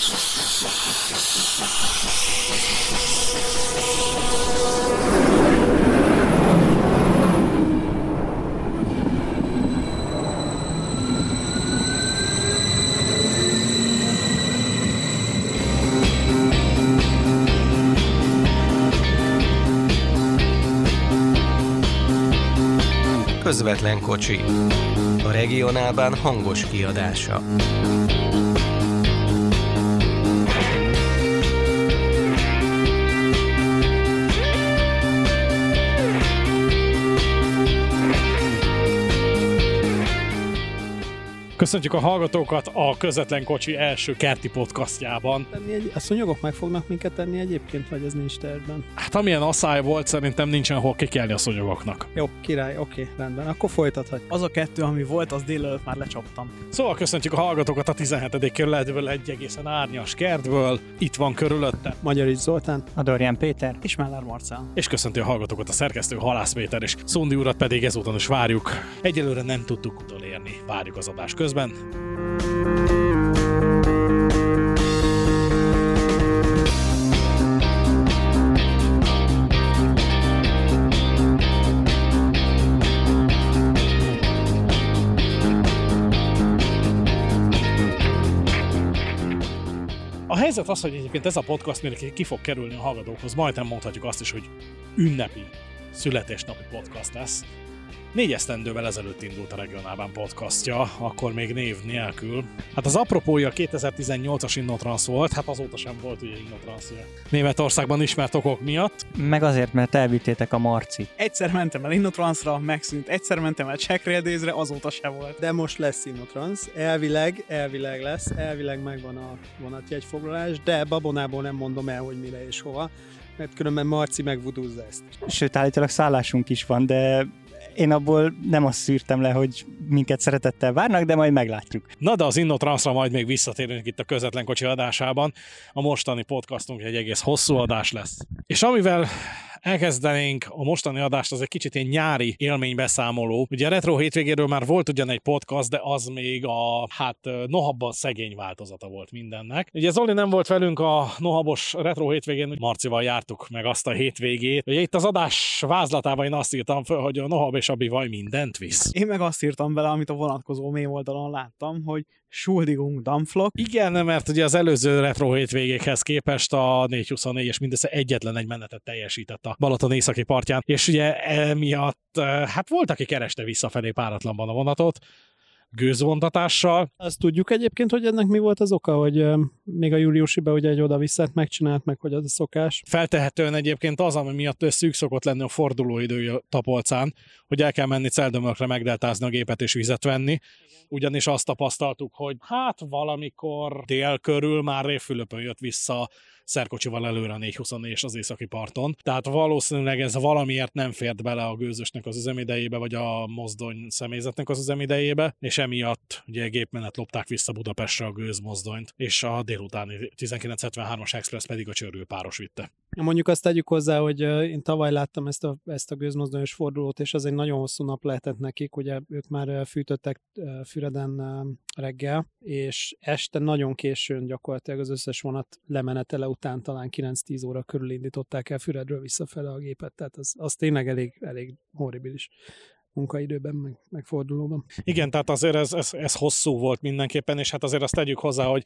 Közvetlen kocsi. A regionálban hangos kiadása. Köszöntjük a hallgatókat a Közvetlen Kocsi első kerti podcastjában. A szúnyogok meg fognak minket tenni egyébként, vagy ez nincs tervben? Hát amilyen asszály volt, szerintem nincsen hol kikelni a szúnyogoknak. Jó, király, oké, rendben, akkor folytathatjuk. Az a 2, ami volt, az délelőtt már lecsaptam. Szóval köszöntjük a hallgatókat a 17. kerületből, egy egészen árnyas kertből. Itt van körülötte Magyarics Zoltán, Adorján Péter és Mellár Marcell. és köszönti a hallgatókat a szerkesztő Halász Péter, és Szondi urat pedig ezúton is várjuk. Egyelőre nem tudtuk utolérni, várjuk az adás közben. A helyzet az, hogy egyébként ez a podcast mire ki fog kerülni a hallgatókhoz, majdnem mondhatjuk azt is, hogy ünnepi születésnapi podcast lesz. 4 esztendővel ezelőtt indult a regionálban podcastja, akkor még név nélkül. Hát az apropója 2018-as Innotransz volt, hát azóta sem volt ugye Innotransz Németországban ismert okok miatt. Meg azért, mert elvittétek a Marcit. Egyszer mentem el Innotranszra, megszűnt. Egyszer mentem el Czech Rail Days-re, azóta se volt. de most lesz Innotransz, elvileg lesz, elvileg megvan a vonatjegyfoglalás, de babonából nem mondom el, hogy mire és hova, mert különben Marci megvudúzza ezt. Sőt, állítólag szállásunk is van, de én abból nem azt szűrtem le, hogy minket szeretettel várnak, de majd meglátjuk. Na de az Innotranszra majd még visszatérünk itt a Közvetlen Kocsi adásában. A mostani podcastunk egy egész hosszú adás lesz. És amivel elkezdenénk a mostani adást, az egy kicsit ilyen nyári élménybeszámoló. Ugye a Retro hétvégéről már volt ugyan egy podcast, de az még a nohabban szegény változata volt mindennek. Ugye Zoli nem volt velünk a nohabos Retro hétvégén, Marcival jártuk meg azt a hétvégét. Ugye itt az adás vázlatában én azt írtam föl, hogy a nohab és a bivaj mindent visz. Én meg azt írtam bele, amit a vonatkozó mély oldalon láttam, hogy Schuldigung Dampflok. Igen, mert ugye az előző Retro hétvégékhez képest a 424-es mindössze egyetlen egy menetet teljesített a Balaton északi partján, és ugye emiatt hát volt, aki kereste visszafelé páratlanban a vonatot, gőzvontatással. Azt tudjuk egyébként, hogy ennek mi volt az oka, hogy még a júliusiben ugye egy oda-visszát megcsinált, meg hogy az a szokás. Feltehetően egyébként az, ami miatt szűk szokott lenni a fordulóidő Tapolcán, hogy el kell menni Celdömölkre megdeltázni a gépet és vizet venni. Ugyanis azt tapasztaltuk, hogy hát valamikor dél körül már Révfülöpön jött vissza szerkocsival előre a 424 az északi parton. Tehát valószínűleg ez valamiért nem fért bele a gőzösnek az üzemidejébe, vagy a mozdony személyzetnek az üzemidejébe, és emiatt ugye gépmenet lopták vissza Budapestre a gőzmozdonyt, és a délutáni 1973-as Express pedig a csörgőpáros vitte. Mondjuk azt tegyük hozzá, hogy én tavaly láttam ezt a gőzmozdonyos fordulót, és az egy nagyon hosszú nap lehetett nekik, ugye ők már fűtöttek Füreden reggel, és este nagyon későn gyakorlatilag az összes vonat lemenetele után talán 9-10 óra körül indították el Füredről visszafele a gépet, tehát az tényleg elég horribilis munkaidőben, meg fordulóban. Igen, tehát azért ez hosszú volt mindenképpen, és hát azért azt tegyük hozzá, hogy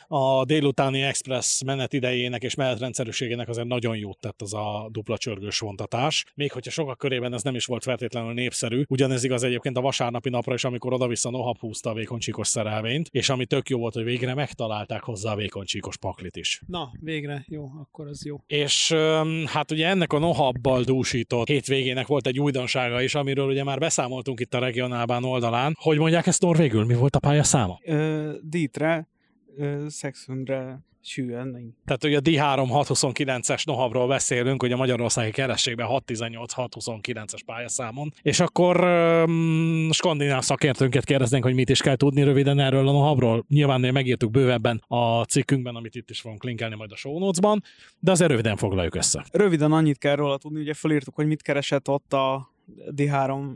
a délutáni express menet idejének és menetrendszerűségének azért nagyon jót tett az a dupla csörgős vontatás. Még hogyha sokak körében ez nem is volt feltétlenül népszerű, ugyanez igaz egyébként a vasárnapi napra is, amikor oda-vissza nohab húzta a vékonycsíkos szerelvényt, és ami tök jó volt, hogy végre megtalálták hozzá a vékonycsíkos paklit is. Na, végre, jó, akkor az jó. És hát ugye ennek a nohabbal dúsított hétvégének volt egy újdonsága is, amiről ugye már beszámoltunk itt a regionálban oldalán. Hogy mondják ezt norvégül? Mi volt a pályaszáma? Dítre, 627. Tehát ugye a D3 629-es nohabról beszélünk, ugye a magyarországi kerességben 618-629-es pályaszámon. És akkor skandináv szakértőnket kérdeznénk, hogy mit is kell tudni röviden erről a nohabról. Nyilván megírtuk bővebben a cikkünkben, amit itt is fogunk linkelni majd a show notes-ban, de azért röviden foglaljuk össze. Röviden annyit kell róla tudni, ugye felírtuk, hogy mit keresett ott a D3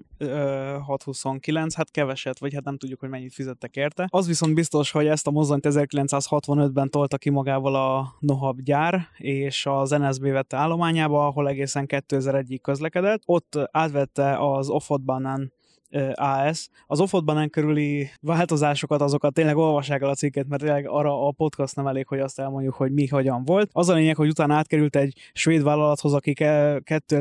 629, hát keveset, vagy hát nem tudjuk, hogy mennyit fizettek érte. Az viszont biztos, hogy ezt a mozdonyt 1965-ben tolta ki magával a Nohab gyár, és az NSB vette állományába, ahol egészen 2001-ig közlekedett. Ott átvette az Ofotbanen AS. Az Ofotbanen körüli változásokat, azokat tényleg olvassák el a cikket, mert tényleg arra a podcast nem elég, hogy azt elmondjuk, hogy mi hogyan volt. Az a lényeg, hogy utána átkerült egy svéd vállalathoz, akik a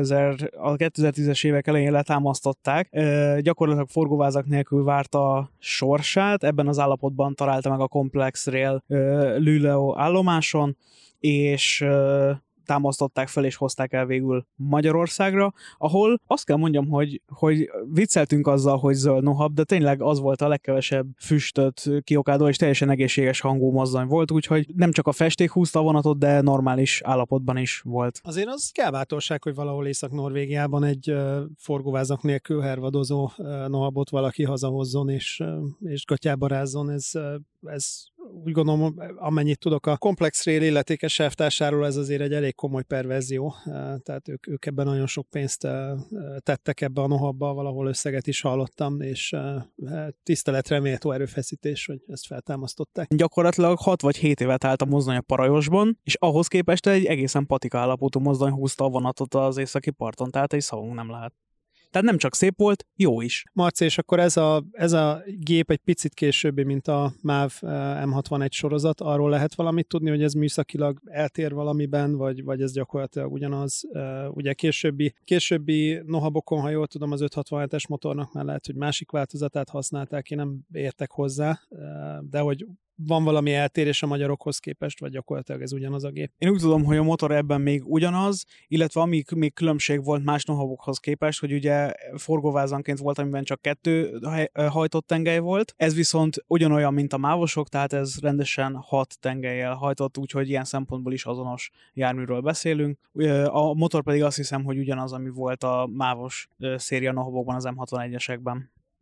2010-es évek elején letámasztották. Gyakorlatilag forgóvázak nélkül várta sorsát, ebben az állapotban találta meg a Complex Rail Luleå állomáson, és támasztották fel és hozták el végül Magyarországra, ahol azt kell mondjam, hogy vicceltünk azzal, hogy zöld Nohab, de tényleg az volt a legkevesebb füstöt kiokádó és teljesen egészséges hangú mozdony volt, úgyhogy nem csak a festék húzta a vonatot, de normális állapotban is volt. Azért az kell bátorság, hogy valahol Észak-Norvégiában egy forgóvázak nélkül hervadozó Nohabot valaki hazahozzon és gatyába rázzon. Ez úgy gondolom, amennyit tudok a Complex Rail illetékes elvtársáról, ez azért egy elég komoly perverzió, tehát ők ebben nagyon sok pénzt tettek ebbe a Nohabba, valahol összeget is hallottam, és tiszteletre méltó erőfeszítés, hogy ezt feltámasztották. Gyakorlatilag 6 vagy 7 évet állt a mozdony a Parajosban, és ahhoz képest egy egészen patika állapotú mozdony húzta a vonatot az északi parton, tehát egy szavunk nem lehet. Tehát nem csak szép volt, jó is. Marci, és akkor ez a gép egy picit későbbi, mint a MÁV M61 sorozat. Arról lehet valamit tudni, hogy ez műszakilag eltér valamiben, vagy ez gyakorlatilag ugyanaz. Ugye későbbi Nohabokon, ha jól tudom, az 567-es motornak már lehet, hogy másik változatát használták, én nem értek hozzá, de hogy van valami eltérés a magyarokhoz képest, vagy gyakorlatilag ez ugyanaz a gép? Én úgy tudom, hogy a motor ebben még ugyanaz, illetve ami még különbség volt más Nohabokhoz képest, hogy ugye forgóvázanként volt, amiben csak 2 hajtott tengely volt. Ez viszont ugyanolyan, mint a mávosok, tehát ez rendesen 6 tengellyel hajtott, úgyhogy ilyen szempontból is azonos járműről beszélünk. A motor pedig azt hiszem, hogy ugyanaz, ami volt a mávos széria Nohabokban, az M61-esekben.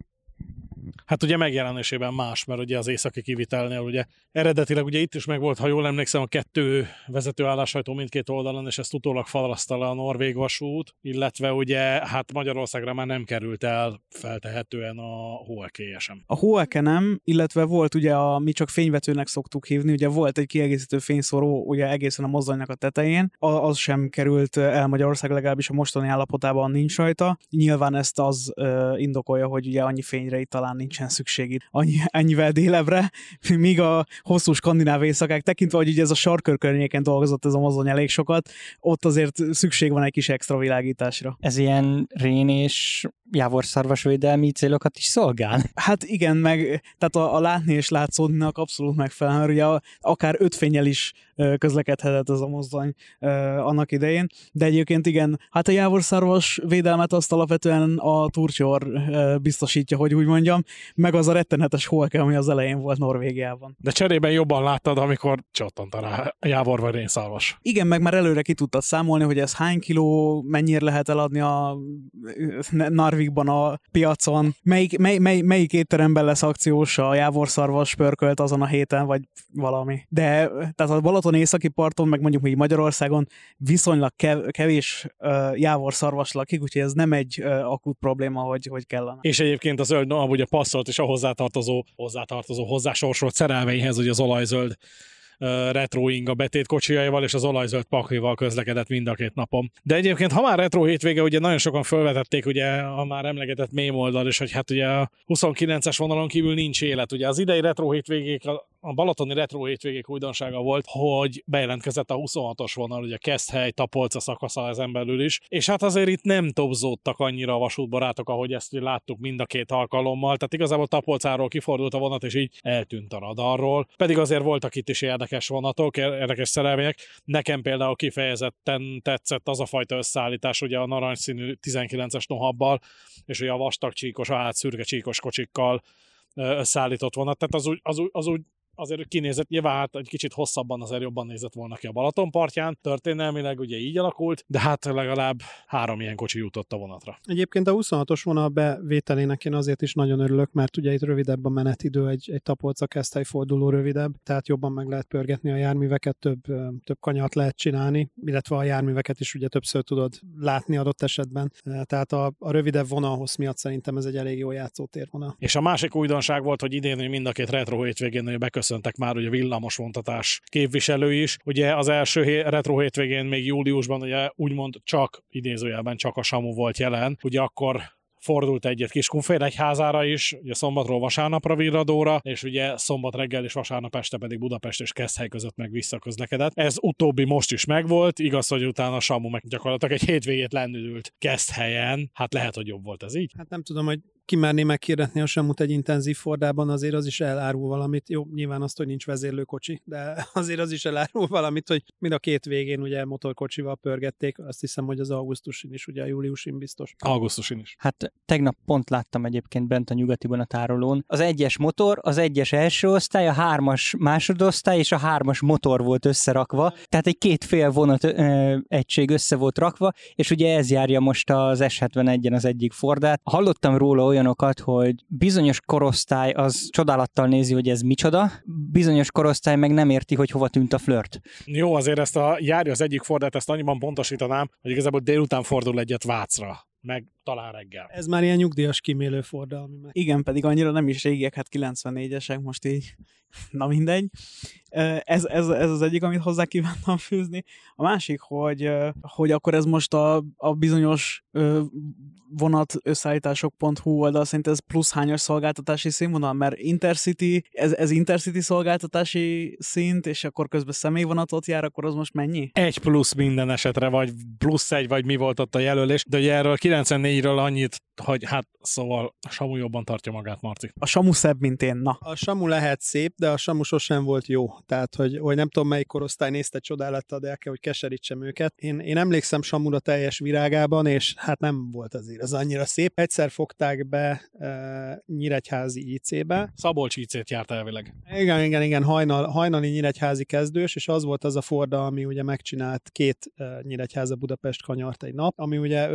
Hát ugye megjelenésében más, mert ugye az északi kivitelnél ugye eredetileg ugye itt is meg volt, ha jól emlékszem, a 2 vezetőálláshajtó mindkét oldalon, és ezt utólag falaszta le a norvég vasút, illetve ugye hát Magyarországra már nem került el feltehetően a Hoeke sem. A Hoeke nem, illetve volt ugye mi csak fényvetőnek szoktuk hívni, ugye volt egy kiegészítő fényszóró ugye egészen a mozdonynak a tetején, az sem került el Magyarország, legalábbis a mostani állapotában nincs rajta. Nyilván ezt az indokolja, hogy ugye annyi fényre itt talán nincsen szükség itt ennyivel délebbre, míg a hosszú skandináv éjszakák tekintve, hogy ugye ez a sarkör környéken dolgozott ez a mozdony elég sokat, ott azért szükség van egy kis extra világításra. Ez ilyen rén és jávorszarvasvédelmi célokat is szolgál? Hát igen, meg tehát a látni és látszódnak abszolút megfelelően, mert ugye akár 5 fénnyel is közlekedhetett ez a mozdony annak idején, de egyébként igen, hát a jávorszarvas védelmet azt alapvetően a Turcsor biztosítja, hogy úgy mondjam, meg az a rettenetes Hoeke, ami az elején volt Norvégiában. De cserében jobban láttad, amikor csattant rá a jávor vagy rénszarvas. Igen, meg már előre ki tudtad számolni, hogy ez hány kiló, mennyire lehet eladni a Narvikban a piacon, melyik étteremben lesz akciós a jávorszarvas pörkölt azon a héten, vagy valami. De tehát a Balaton északi parton, meg mondjuk még Magyarországon viszonylag kevés jávorszarvas lakik, úgyhogy ez nem egy akut probléma, hogy kellene. És egyébként a zöld Nohab ugye passzolt és a hozzásorsolt szerelveihez, ugye az olajzöld retroing a betét kocsijaival és az olajzöld paklival közlekedett mind a 2 napon. De egyébként, ha már retro hétvége, ugye nagyon sokan felvetették ugye a már emlegetett mém oldal is, hogy hát ugye a 29-es vonalon kívül nincs élet. Ugye az idei retro hétvégék, a balatoni retro hétvégék újdonsága volt, hogy bejelentkezett a 26-os vonal, ugye Keszthely, Tapolca szakasza ezen belül is, és hát azért itt nem topzódtak annyira a vasútbarátok, ahogy ezt láttuk mind a 2 alkalommal, tehát igazából Tapolcáról kifordult a vonat, és így eltűnt a radarról, pedig azért voltak itt is érdekes vonatok, érdekes szerelvények. Nekem például kifejezetten tetszett az a fajta összeállítás, ugye a narancsszínű 19-es Nohabbal, és ugye a vastag csíkos, a szürke csíkos kocsikkal összeállított vonat, tehát az úgy azért kinézett, nyilván hát egy kicsit hosszabban azért jobban nézett volna ki a Balaton partján, történelmileg ugye így alakult, de hát legalább 3 ilyen kocsi jutott a vonatra. Egyébként a 26-os vonal bevételének én azért is nagyon örülök, mert ugye itt rövidebb a menetidő, egy Tapolca-Keszthely forduló rövidebb, tehát jobban meg lehet pörgetni a járműveket, több kanyart lehet csinálni, illetve a járműveket is ugye többször tudod látni adott esetben. Tehát a rövidebb vonalhoz miatt szerintem ez egy elég jó játszótérvonal. És a másik újdonság volt, hogy idén mind a 2 retro hétvégén beköszöntek már ugye villamos vontatás képviselői is. Ugye az első retro hétvégén még júliusban ugye úgymond csak idézőjelben csak a SAMU volt jelen. Ugye akkor fordult egyet Kiskunfélegyházára is, ugye szombatról vasárnapra Virradóra, és ugye szombat reggel és vasárnap este pedig Budapest és Keszthely között meg visszaközlekedett. Ez utóbbi most is megvolt, igaz, hogy utána a SAMU meg gyakorlatilag egy hétvégét lennődült Keszthelyen. Hát lehet, hogy jobb volt ez így. Hát nem tudom, hogy kimerné meghirdetni a SAMU-t egy intenzív fordában, azért az is elárul valamit. Jó, nyilván azt, hogy nincs vezérlőkocsi, de azért az is elárul valamit, hogy mind a 2 végén ugye motorkocsival pörgették. Azt hiszem, hogy az augusztusin is, ugye a júliusin biztos. Augusztusin is. Hát tegnap pont láttam egyébként bent a Nyugatiban a tárolón. Az 1-es motor, az 1-es első osztály, a 3-as másodosztály és a 3-as motor volt összerakva. Tehát egy 2 fél vonat egység össze volt rakva, és ugye ez járja most az S71-en az egyik Fordát. Hallottam róla olyanokat, hogy bizonyos korosztály az csodálattal nézi, hogy ez micsoda, bizonyos korosztály meg nem érti, hogy hova tűnt a flört. Jó, azért ezt a járja az egyik Fordát, ezt annyiban pontosítanám, hogy igazából délután fordul egyet Vácra, meg talán reggel. Ez már ilyen nyugdíjas kímélő Forda. Igen, pedig annyira nem is régiek, hát 94-esek, most így, na mindegy. Ez az egyik, amit hozzá kívántam fűzni. A másik, hogy akkor ez most a bizonyos vonat összeállítások.hu oldal szerint ez plusz hányas szolgáltatási színvonal, mert Intercity, ez Intercity szolgáltatási szint, és akkor közben személyvonatot jár, akkor az most mennyi? 1 plusz minden esetre, vagy plusz 1, vagy mi volt ott a jelölés, de ugye erről 94-ről annyit, hogy hát szóval a SAMU jobban tartja magát, Marci. A SAMU szebb, mint én, na. A SAMU lehet szép, de a SAMU sosem volt jó. Tehát, hogy nem tudom, melyik korosztály nézte csodálattal, de el kell, hogy keserítsem őket. Én emlékszem SAMU-ra teljes virágában, és hát nem volt azért az annyira szép. Egyszer fogták be Nyíregyházi IC-be. Szabolcs IC-t járt elvileg. Igen, hajnali nyíregyházi kezdős, és az volt az a Forda, ami ugye megcsinált 2 Nyíregyháza Budapest kanyart egy nap, ami ugye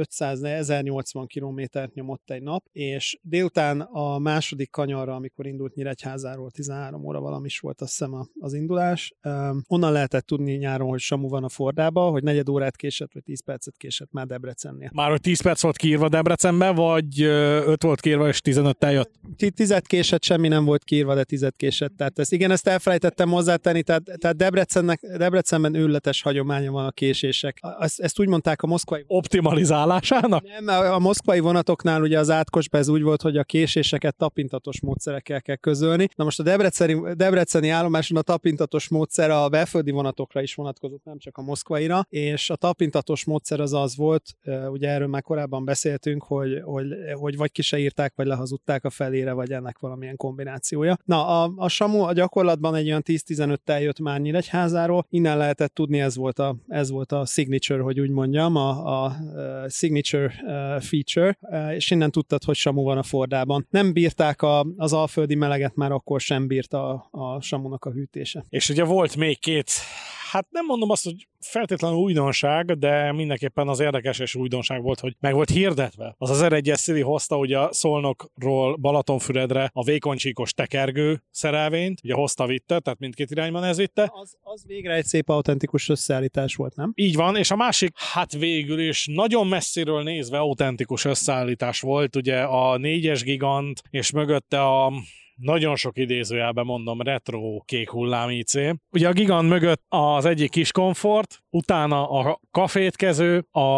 1080 kilométert nyomott egy nap, és délután a második kanyarra, amikor indult Nyíregyházáról, 13 óra valami is volt, azt hiszem az indulás. Onnan lehetett tudni nyáron, hogy SAMU van a Fordába, hogy 4 órát késett, vagy 10 percet késett már Debrecennél. Már hogy 10 perc volt kiírva Debrecenbe, vagy 5 volt kiírva, és 15-tel jött? 10 késett, semmi nem volt kiírva, de 10 késett. Tehát ezt elfelejtettem hozzátenni, tehát Debrecenben őrületes hagyománya van a késések. Ezt úgy mondták a moszkvai optimalizálásának? Nem, a moszkvai vonatoknál ugye az átkosban ez úgy volt, hogy a késéseket tapintatos módszerekkel kell közölni. Na most a debreceni állomáson a tapintatos módszer a belföldi vonatokra is vonatkozott, nem csak a moszkvaira, és a tapintatos módszer az volt, ugye erről már korábban beszéltünk, hogy vagy ki se írták, vagy lehazudták a felére, vagy ennek valamilyen kombinációja. Na, a SAMU a gyakorlatban egy olyan 10-15-tel jött már Nyíregyházáról, innen lehetett tudni, ez volt a signature, hogy úgy mondjam, a signature feature, és innen tudtad, hogy SAMU van a Fordában. Nem bírták az alföldi meleget, már akkor sem bírta a SAMU-nak a hűtése. És ugye volt még 2, hát nem mondom azt, hogy feltétlenül újdonság, de mindenképpen az érdekes és újdonság volt, hogy meg volt hirdetve. Az 1001-es Szili hozta ugye a Szolnokról Balatonfüredre a vékonycsíkos tekergő szerelvényt, ugye hozta-vitte, tehát mindkét irányban ez vitte. Az végre egy szép autentikus összeállítás volt, nem? Így van, és a másik, hát végül is nagyon messziről nézve autentikus összeállítás volt, ugye a 4-es Gigant, és mögötte a nagyon sok idézőjelben mondom, retro kék hullám IC. Ugye a Gigant mögött az egyik kis komfort, utána a kafétkező,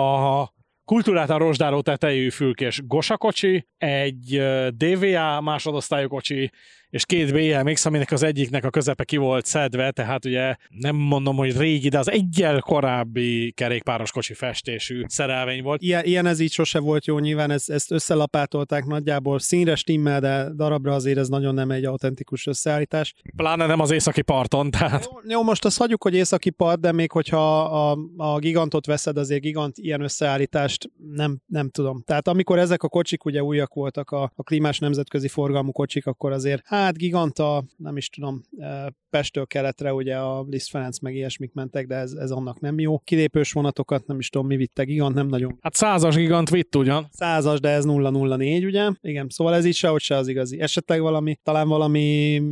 a kultúráltan rozsdáló tetejű fülkés gosakocsi, egy DVA másodosztályú kocsi, és 2 BMX, aminek az egyiknek a közepe ki volt szedve, tehát ugye nem mondom, hogy régi, de az egyel korábbi kerékpáros kocsi festésű szerelvény volt. Ilyen ez így sose volt jó, nyilván ezt összelapátolták nagyjából, színre stimmel, de darabra azért ez nagyon nem egy autentikus összeállítás. Pláne nem az északi parton, tehát. Jó, most azt hagyjuk, hogy északi part, de még hogyha a Gigantot veszed, azért Gigant ilyen összeállítást nem tudom. Tehát amikor ezek a kocsik ugye újak voltak, a klímás nemzetközi forgalmú kocsik, akkor azért Hát Giganta, nem is tudom, Pesttől keletre ugye a Liszt Ferenc meg ilyesmik mentek, de ez annak nem jó. Kilépős vonatokat nem is tudom, mi vitte Gigant, nem nagyon. Hát 100-as Gigant vitt ugyan. 100-as, de ez 004, ugye? Igen, szóval ez így sehogy se az igazi. Esetleg talán valami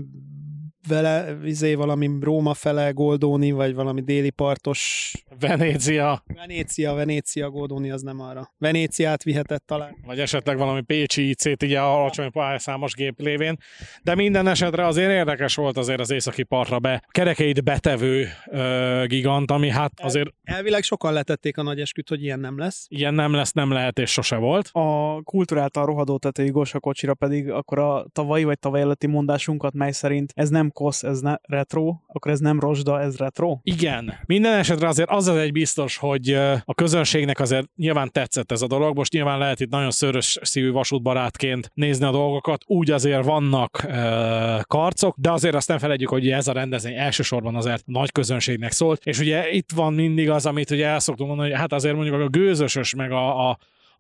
valami Róma fele Goldoni, vagy valami déli partos... Venécia, Goldoni az nem arra. Venéciát vihetett talán. Vagy esetleg valami pécsi IC-t, ugye a alacsony pályászámos gép lévén. De minden esetre azért érdekes volt azért az északi partra kerekeit betevő Gigant, ami hát azért... Elvileg sokan letették a nagy esküt, hogy ilyen nem lesz. Ilyen nem lesz, nem lehet, és sose volt. A kulturáltan rohadó tetejű Gosha-kocsira pedig akkor a tavalyi vagy tavaly előtti mondásunkat, mely szerint ez nem kosz, ez retro, akkor ez nem rozsda, ez retro? Igen. Minden esetre azért az egy biztos, hogy a közönségnek azért nyilván tetszett ez a dolog. Most nyilván lehet itt nagyon szőrös szívű vasútbarátként nézni a dolgokat. Úgy azért vannak karcok, de azért azt nem felejtjük, hogy ez a rendezvény elsősorban azért nagy közönségnek szólt. És ugye itt van mindig az, amit ugye el szoktunk mondani, hogy hát azért mondjuk a gőzösös, meg a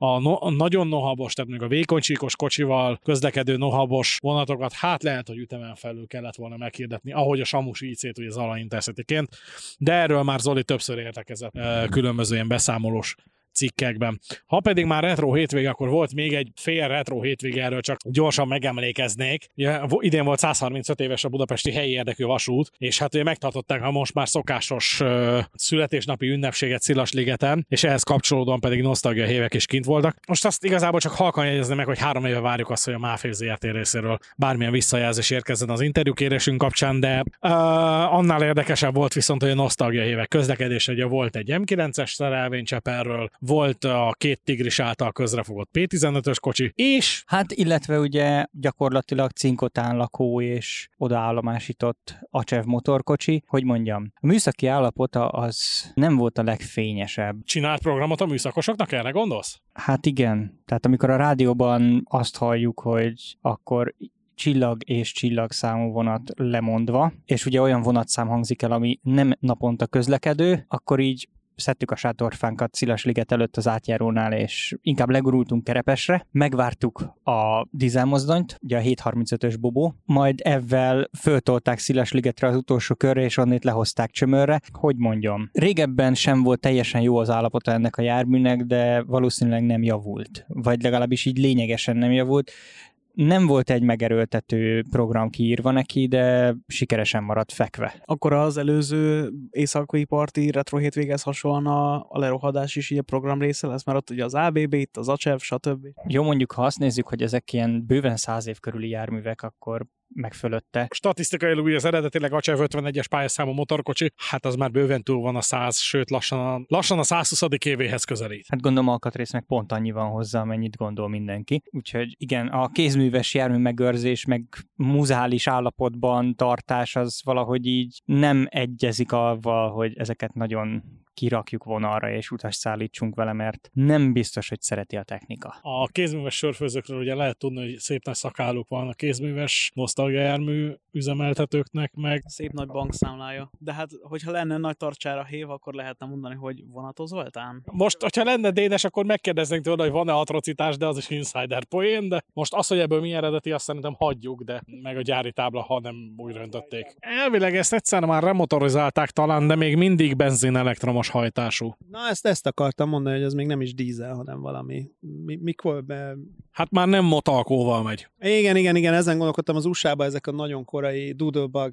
nagyon nohabos, tehát még a vékonycsíkos kocsival közlekedő nohabos vonatokat, hát lehet, hogy ütemen felül kellett volna meghirdetni, ahogy a Samus IC-t ugye Zala Intercity-ként, de erről már Zoli többször értekezett különböző ilyen beszámolós cikkekben. Ha pedig már retro hétvége, akkor volt még egy fél retro hétvége, erről csak gyorsan megemlékeznék. Idén volt 135 éves a budapesti helyi érdekű vasút, és hát ugye megtartották a most már szokásos születésnapi ünnepséget Szilasligeten, és ehhez kapcsolódóan pedig nosztalgia hévek is kint voltak. Most azt igazából csak halkan jegyezni meg, hogy 3 éve várjuk azt, hogy a MÁV ZRT részéről bármilyen visszajelzés érkezzen az interjúkérésünk kapcsán, de annál érdekesebb volt viszont, hogy a nosztalgia hévek közlekedése, ugye volt egy M9-es szerelvény Cseperről, volt a 2 Tigris által közrefogott P15-ös kocsi, és... Hát illetve ugye gyakorlatilag Cinkotán lakó és odaállomásított Acsev motorkocsi, hogy mondjam, a műszaki állapota az nem volt a legfényesebb. Csinált programot a műszakosoknak, erre gondolsz? Hát igen, tehát amikor a rádióban azt halljuk, hogy akkor csillag és csillagszámú vonat lemondva, és ugye olyan vonatszám hangzik el, ami nem naponta közlekedő, akkor így szedtük a sátorfánkat Szilasliget előtt az átjárónál, és inkább legurultunk Kerepesre, megvártuk a dízelmozdonyt, ugye a 735-ös Bobó, majd ezzel föltolták Szilasligetre az utolsó körre, és onnét lehozták Csömörre. Hogy mondjam, régebben sem volt teljesen jó az állapota ennek a járműnek, de valószínűleg nem javult, vagy legalábbis így lényegesen nem javult. Nem volt egy megerőltető program kiírva neki, de sikeresen maradt fekve. Akkor az előző északi parti retro hétvéghez hasonlóan a lerohadás is így a program része lesz, mert ott ugye az ABB, itt az Acsev, stb. Jó, mondjuk, ha azt nézzük, hogy ezek ilyen bőven 100 év körüli járművek, akkor meg fölötte. Statisztikailag ugye az eredetileg Acsev 51-es pályászámú motorkocsi, hát az már bőven túl van a 100, sőt lassan a 120. évéhez közelít. Hát gondolom alkatrész meg pont annyi van hozzá, amennyit gondol mindenki. Úgyhogy igen, a kézműves jármű megőrzés, meg muzeális állapotban tartás az valahogy így nem egyezik avval, hogy ezeket nagyon kirakjuk vonalra és utast szállítsunk vele, mert nem biztos, hogy szereti a technika. A kézműves sörfőzőkről ugye lehet tudni, hogy szép nagy szakálluk van a kézműves nosztalgiajármű üzemeltetőknek, meg szép nagy bankszámlája. De hát, hogyha lenne nagy tartsára hév, akkor lehetne mondani, hogy vonatozoltán? Most, hogyha lenne Dénes, akkor megkérdeznénk tőle, hogy van-e atrocitás, de az is insider poén, de most az, hogy ebből mi eredeti, azt szerintem hagyjuk, de meg a gyári tábla, ha nem újra öntötték. Elvileg ezt egyszer már remotorizálták talán, de még mindig benzin elektromos hajtású. Na, ezt akartam mondani, hogy ez még nem is dízel, hanem valami. Mikor Hát már nem motalkóval megy. Igen, ezen gondolkodtam, az USA-ban ezek a nagyon korai Doodlebug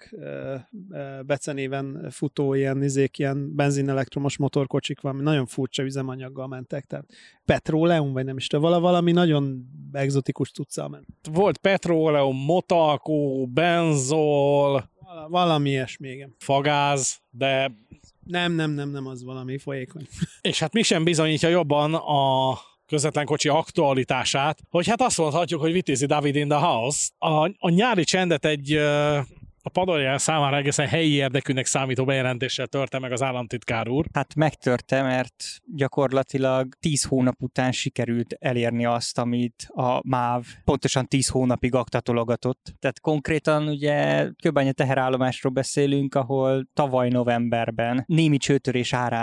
becenéven futó ilyen benzinelektromos motorkocsik van, nagyon furcsa üzemanyaggal mentek, tehát petróleum, vagy nem is tudom, valami nagyon egzotikus cuccal ment. Volt petróleum, motalkó, benzol, valami ilyesmi, igen. Fagáz, de nem, az valami folyékony. És hát mi sem bizonyítja jobban a közvetlen kocsi aktualitását, hogy hát azt mondhatjuk, hogy Vitézi David in the house. A nyári csendet a Padolján számára egészen helyi érdekűnek számító bejelentéssel törte meg az államtitkár úr. Hát megtörte, mert gyakorlatilag 10 hónap után sikerült elérni azt, amit a MÁV pontosan 10 hónapig aktatologatott. Tehát konkrétan ugye Kőbánya teherállomásról beszélünk, ahol tavaly novemberben némi csőtörés árán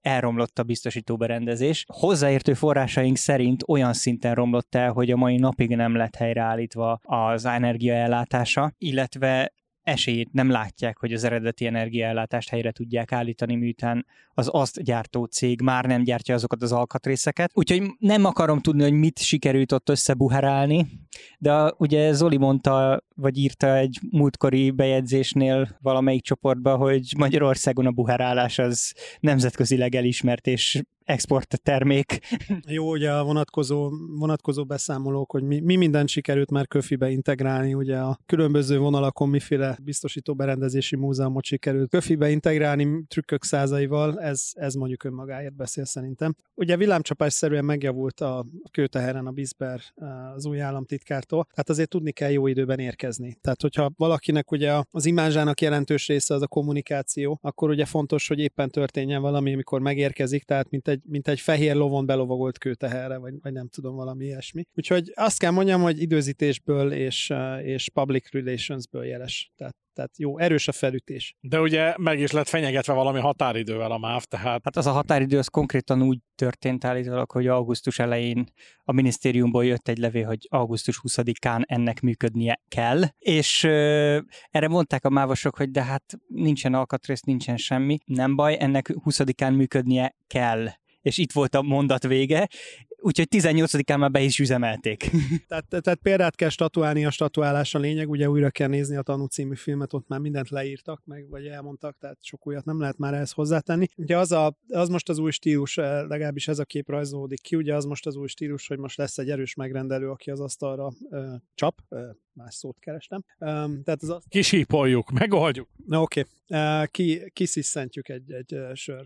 elromlott a biztosítóberendezés. Hozzáértő forrásaink szerint olyan szinten romlott el, hogy a mai napig nem lett helyreállítva az energiaellátása, illetve esélyét nem látják, hogy az eredeti energiaellátást helyre tudják állítani, miután az azt gyártó cég már nem gyártja azokat az alkatrészeket. Úgyhogy nem akarom tudni, hogy mit sikerült ott összebuherálni, de ugye Zoli mondta, vagy írta egy múltkori bejegyzésnél valamelyik csoportba, hogy Magyarországon a buherálás az nemzetközileg elismert és export termék. Jó, ugye a vonatkozó beszámolók, hogy mi mindent sikerült már Köfibe integrálni, ugye a különböző vonalakon miféle biztosítóberendezési múzeumot sikerült Köfibe integrálni trükkök százaival, ez mondjuk önmagáért beszél szerintem. Ugye villámcsapásszerűen megjavult a kőteheren a Bisber az új államtitkártól, tehát azért tudni kell jó időben érkezni. Tehát hogyha valakinek ugye az imázsának jelentős része az a kommunikáció, akkor ugye fontos, hogy éppen történjen valami, amikor megérkezik, tehát mint egy fehér lovon belovagolt kőteherre, vagy nem tudom, valami ilyesmi. Úgyhogy azt kell mondjam, hogy időzítésből és public relationsből jeles. Tehát jó, erős a felütés. De ugye meg is lett fenyegetve valami határidővel a MÁV, tehát... Hát az a határidő az konkrétan úgy történt állítólag, hogy augusztus elején a minisztériumból jött egy levél, hogy augusztus 20-án ennek működnie kell, és erre mondták a mávosok, hogy de hát nincsen alkatrész, nincsen semmi, nem baj, ennek 20-án működnie kell. És itt volt a mondat vége, úgyhogy 18-án már be is üzemelték. Tehát példát kell statuálni, a statuálás a lényeg, ugye újra kell nézni a Tanú című filmet, ott már mindent leírtak, vagy elmondtak, tehát sok újat nem lehet már ehhez hozzátenni. Ugye az most az új stílus, legalábbis ez a kép rajzolódik ki, ugye az most az új stílus, hogy most lesz egy erős megrendelő, aki az asztalra csap, más szót kerestem. Tehát kisípoljuk, megoldjuk. Na oké. Kiszisszentjük egy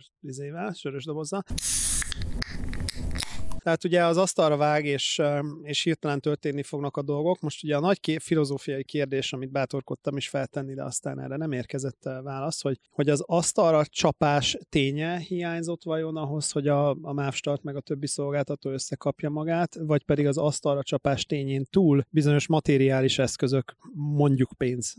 sörös dobozzal. Tehát ugye az asztalra vág, és hirtelen történni fognak a dolgok. Most ugye a nagy filozófiai kérdés, amit bátorkodtam is feltenni, de aztán erre nem érkezett válasz, hogy az asztalra csapás ténye hiányzott vajon ahhoz, hogy a MÁV Start meg a többi szolgáltató összekapja magát, vagy pedig az asztalra csapás tényén túl bizonyos materiális eszközök, mondjuk pénz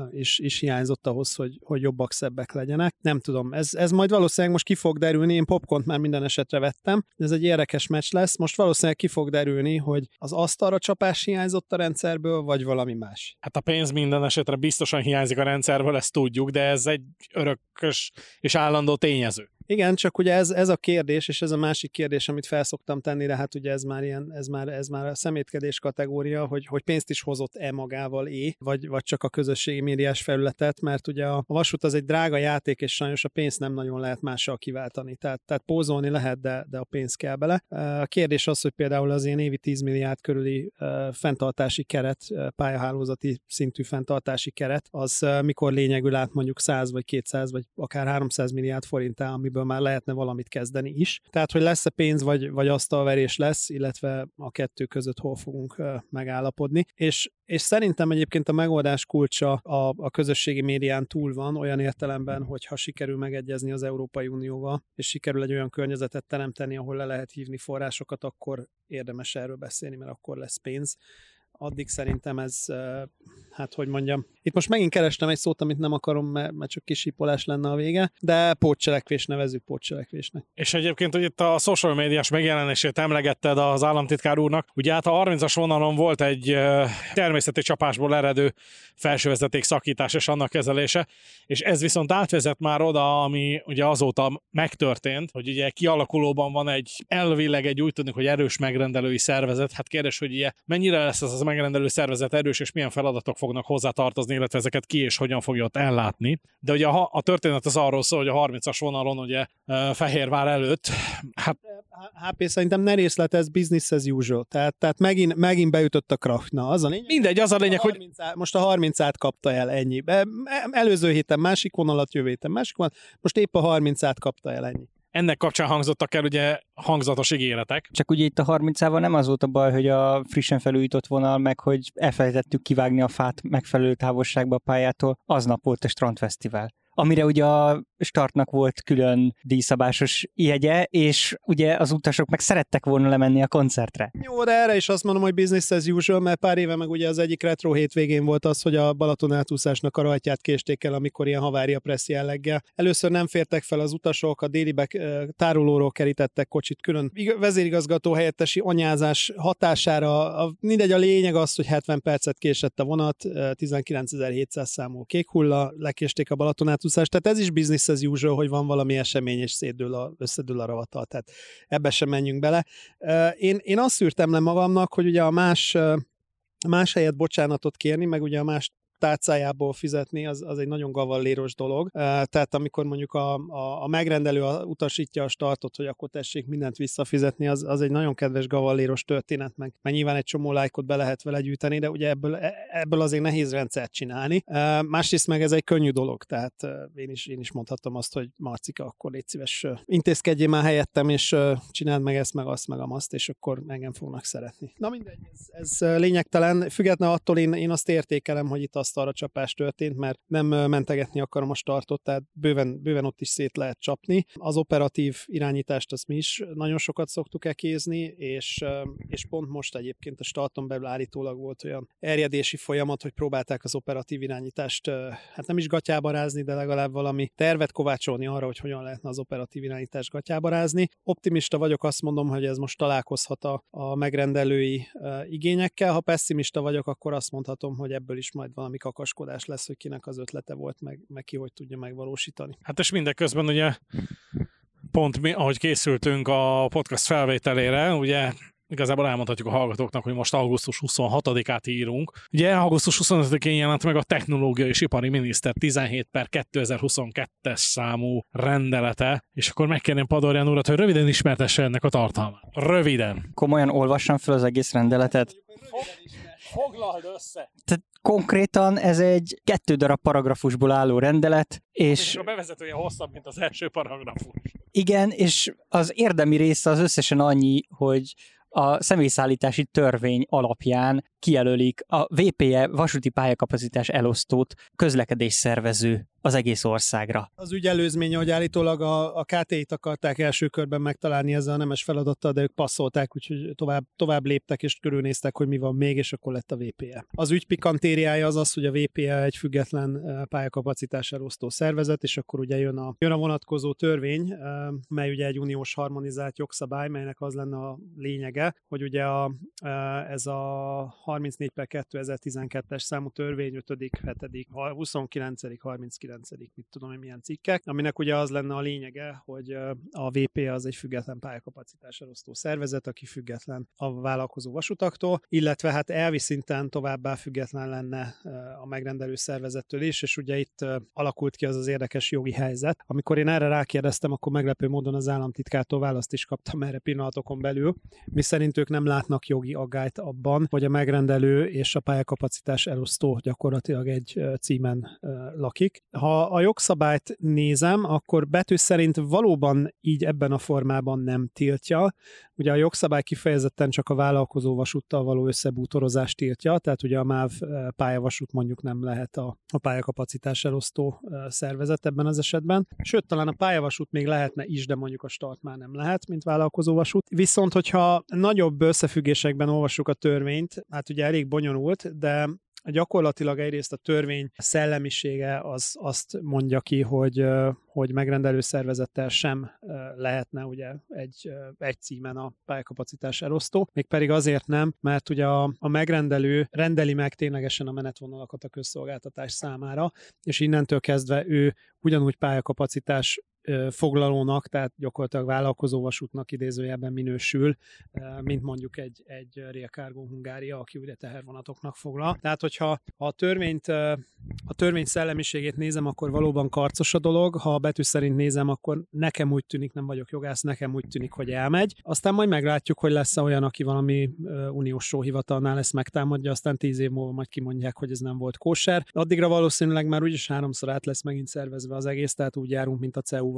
is hiányzott ahhoz, hogy jobbak, szebbek legyenek. Nem tudom, ez majd valószínűleg most ki fog derülni, én popcornt már minden esetre vettem, ez egy érdekes meccs lesz. Most valószínűleg ki fog derülni, hogy az asztalra csapás hiányzott a rendszerből, vagy valami más. Hát a pénz minden esetre biztosan hiányzik a rendszerből, ezt tudjuk, de ez egy örökös és állandó tényező. Igen, csak ugye ez a kérdés, és ez a másik kérdés, amit felszoktam tenni, de hát ugye ez már a szemétkedés kategória, hogy pénzt is hozott-e magával vagy csak a közösségi médiás felületet, mert ugye a vasút az egy drága játék, és sajnos a pénzt nem nagyon lehet mással kiváltani. Tehát pózolni lehet, de a pénz kell bele. A kérdés az, hogy például az ilyen évi 10 milliárd körüli fenntartási keret, pályahálózati szintű fenntartási keret, az mikor lényegül át mondjuk 100 vagy 200 vagy akár 300 milliárd forinttá, amiből már lehetne valamit kezdeni is. Tehát, hogy lesz-e pénz, vagy asztalverés lesz, illetve a kettő között hol fogunk megállapodni. És szerintem egyébként a megoldás kulcsa a közösségi médián túl van, olyan értelemben, hogy ha sikerül megegyezni az Európai Unióval, és sikerül egy olyan környezetet teremteni, ahol le lehet hívni forrásokat, akkor érdemes erről beszélni, mert akkor lesz pénz. Addig szerintem ez, hát hogy mondjam, itt most megint kerestem egy szót, amit nem akarom, mert csak kisípolás lenne a vége, de pótcselekvés, nevezzük pótcselekvésnek. És egyébként, hogy itt a social médiás megjelenését emlegetted az államtitkár úrnak, ugye hát a 30-as vonalon volt egy természeti csapásból eredő felsővezeték szakítás és annak kezelése, és ez viszont átvezet már oda, ami ugye azóta megtörtént, hogy ugye kialakulóban van elvileg egy úgy tűnik, hogy erős megrendelői szervezet. Hát kérdés, hogy ugye mennyire lesz ez a megrendelő szervezet erős, és milyen feladatok fognak hozzátartozni, illetve ezeket ki és hogyan fogja ott ellátni. De ugye a történet az arról szól, hogy a 30-as vonalon ugye Fehérvár előtt, hát HP szerintem ne részletez, business as usual. Tehát megint beütött a krach. Na, az a lényeg. Mindegy, az a lényeg, hogy most a 30-át kapta el, ennyi. Előző héten másik vonalat, jövő héten másik vonalat, most épp a 30-át kapta el, ennyi. Ennek kapcsán hangzottak el ugye hangzatos ígéretek. Csak ugye itt a 30-ával nem az volt a baj, hogy a frissen felújított vonal, meg hogy elfelejtettük kivágni a fát megfelelő távolságba a pályától, aznap volt a strandfesztivál. amire ugye a Startnak volt külön díjszabásos jegye, és ugye az utasok meg szerettek volna lemenni a koncertre. Jó, de erre is azt mondom, hogy business as usual, mert pár éve meg ugye az egyik retro hétvégén volt az, hogy a Balaton átúszásnak a rajtját késték el, amikor ilyen havária pressz jelleggel. Először nem fértek fel az utasok, a déli tárolóról kerítettek kocsit külön. Vezérigazgató helyettesi anyázás hatására, mindegy, a lényeg az, hogy 70 percet késett a vonat, 19.700 számú kék hulla, lekésték a Balaton átúszást, tehát ez is business as usual, hogy van valami esemény, és összedől a ravatal, tehát ebbe sem menjünk bele. Én azt szűrtem le magamnak, hogy ugye a más helyett bocsánatot kérni, meg ugye a más tárcájából fizetni, az egy nagyon gavalléros dolog. Tehát amikor mondjuk a megrendelő utasítja a startot, hogy akkor tessék mindent visszafizetni, az egy nagyon kedves gavalléros történet, meg nyilván egy csomó lájkot be lehet vele gyűjteni, de ugye ebből azért nehéz rendszert csinálni. Másrészt meg ez egy könnyű dolog, tehát én is mondhatom azt, hogy Marcika, akkor légy szíves, intézkedjél már helyettem, és csináld meg ezt, meg azt, meg azt, és akkor engem fognak szeretni. Na mindegy, ez lényegtelen. Függetlenül attól én azt értékelem, hogy itt arra csapás történt, mert nem mentegetni akarom a startot, tehát bőven ott is szét lehet csapni. Az operatív irányítást azt mi is nagyon sokat szoktuk ekézni, és pont most egyébként a starton belül állítólag volt olyan erjedési folyamat, hogy próbálták az operatív irányítást, hát nem is gatyába rázni, de legalább valami tervet kovácsolni arra, hogy hogyan lehetne az operatív irányítást gatyába rázni. Optimista vagyok, azt mondom, hogy ez most találkozhat a megrendelői igényekkel. Ha pessimista vagyok, akkor azt mondhatom, hogy ebből is majd valami kakaskodás lesz, hogy kinek az ötlete volt, meg ki hogy tudja megvalósítani. Hát és mindeközben ugye pont mi, ahogy készültünk a podcast felvételére, ugye igazából elmondhatjuk a hallgatóknak, hogy most augusztus 26-át írunk. Ugye augusztus 25-én jelent meg a Technológiai és Ipari Miniszter 17/2022-es számú rendelete, és akkor megkérném Padorján urat, hogy röviden ismertesse ennek a tartalmát. Röviden. Komolyan olvassam fel az egész rendeletet. Foglald össze! Tehát konkrétan ez egy 2 darab paragrafusból álló rendelet, és a bevezetője hosszabb, mint az első paragrafus. Igen, és az érdemi része az összesen annyi, hogy a személyszállítási törvény alapján kijelölik a VPE vasúti pályakapacitás elosztót közlekedésszervező az egész országra. Az ügy előzménye, hogy állítólag a KT-t akarták első körben megtalálni ezzel a nemes feladattal, de ők passzolták, úgyhogy tovább léptek és körülnéztek, hogy mi van még, és akkor lett a VPE. Az ügy pikantériája az, hogy a VPE egy független pályakapacitás elosztó szervezet, és akkor ugye jön a vonatkozó törvény, mely ugye egy uniós harmonizált jogszabály, melynek az lenne a lényege, hogy ugye ez a 34/2012-es számú törvény 5., 7., 29., 39. mit tudom én milyen cikkek, aminek ugye az lenne a lényege, hogy a VP az egy független pályakapacitás elosztó szervezet, aki független a vállalkozó vasutaktól, illetve hát elvi szinten továbbá független lenne a megrendelő szervezettől is, és ugye itt alakult ki az érdekes jogi helyzet. Amikor én erre rákérdeztem, akkor meglepő módon az államtitkártól választ is kaptam erre pillanatokon belül, miszerint ők nem látnak jogi aggályt abban, hogy a megrendelő és a pályakapacitás elosztó gyakorlatilag egy címen lakik. Ha a jogszabályt nézem, akkor betű szerint valóban így ebben a formában nem tiltja. Ugye a jogszabály kifejezetten csak a vállalkozó vasúttal való összebútorozást tiltja, tehát ugye a MÁV pályavasút mondjuk nem lehet a pályakapacitás elosztó szervezet ebben az esetben. Sőt, talán a pályavasút még lehetne is, de mondjuk a Start már nem lehet, mint vállalkozó vasút. Viszont, hogyha nagyobb összefüggésekben olvassuk a törvényt, hát ugye elég bonyolult, de gyakorlatilag egyrészt a törvény szellemisége az azt mondja ki, hogy megrendelő szervezettel sem lehetne ugye egy címen a pályakapacitás elosztó, mégpedig azért nem, mert ugye a megrendelő rendeli meg ténylegesen a menetvonalakat a közszolgáltatás számára, és innentől kezdve ő ugyanúgy pályakapacitás foglalónak, tehát gyakorlatilag vállalkozóvasútnak idézőjelben minősül, mint mondjuk egy Rail Cargo Hungária, aki ugye tehervonatoknak foglal. Tehát, hogyha a törvény szellemiségét nézem, akkor valóban karcos a dolog, ha a betű szerint nézem, akkor nekem úgy tűnik, nem vagyok jogász, nekem úgy tűnik, hogy elmegy. Aztán majd meglátjuk, hogy lesz olyan, aki valami uniós sóhivatalnál ezt megtámadja, aztán 10 év múlva majd kimondják, hogy ez nem volt kóser. Addigra valószínűleg már úgyis 3-szor át lesz megint szervezve az egész, tehát úgy járunk, mint a CEU-val, hogy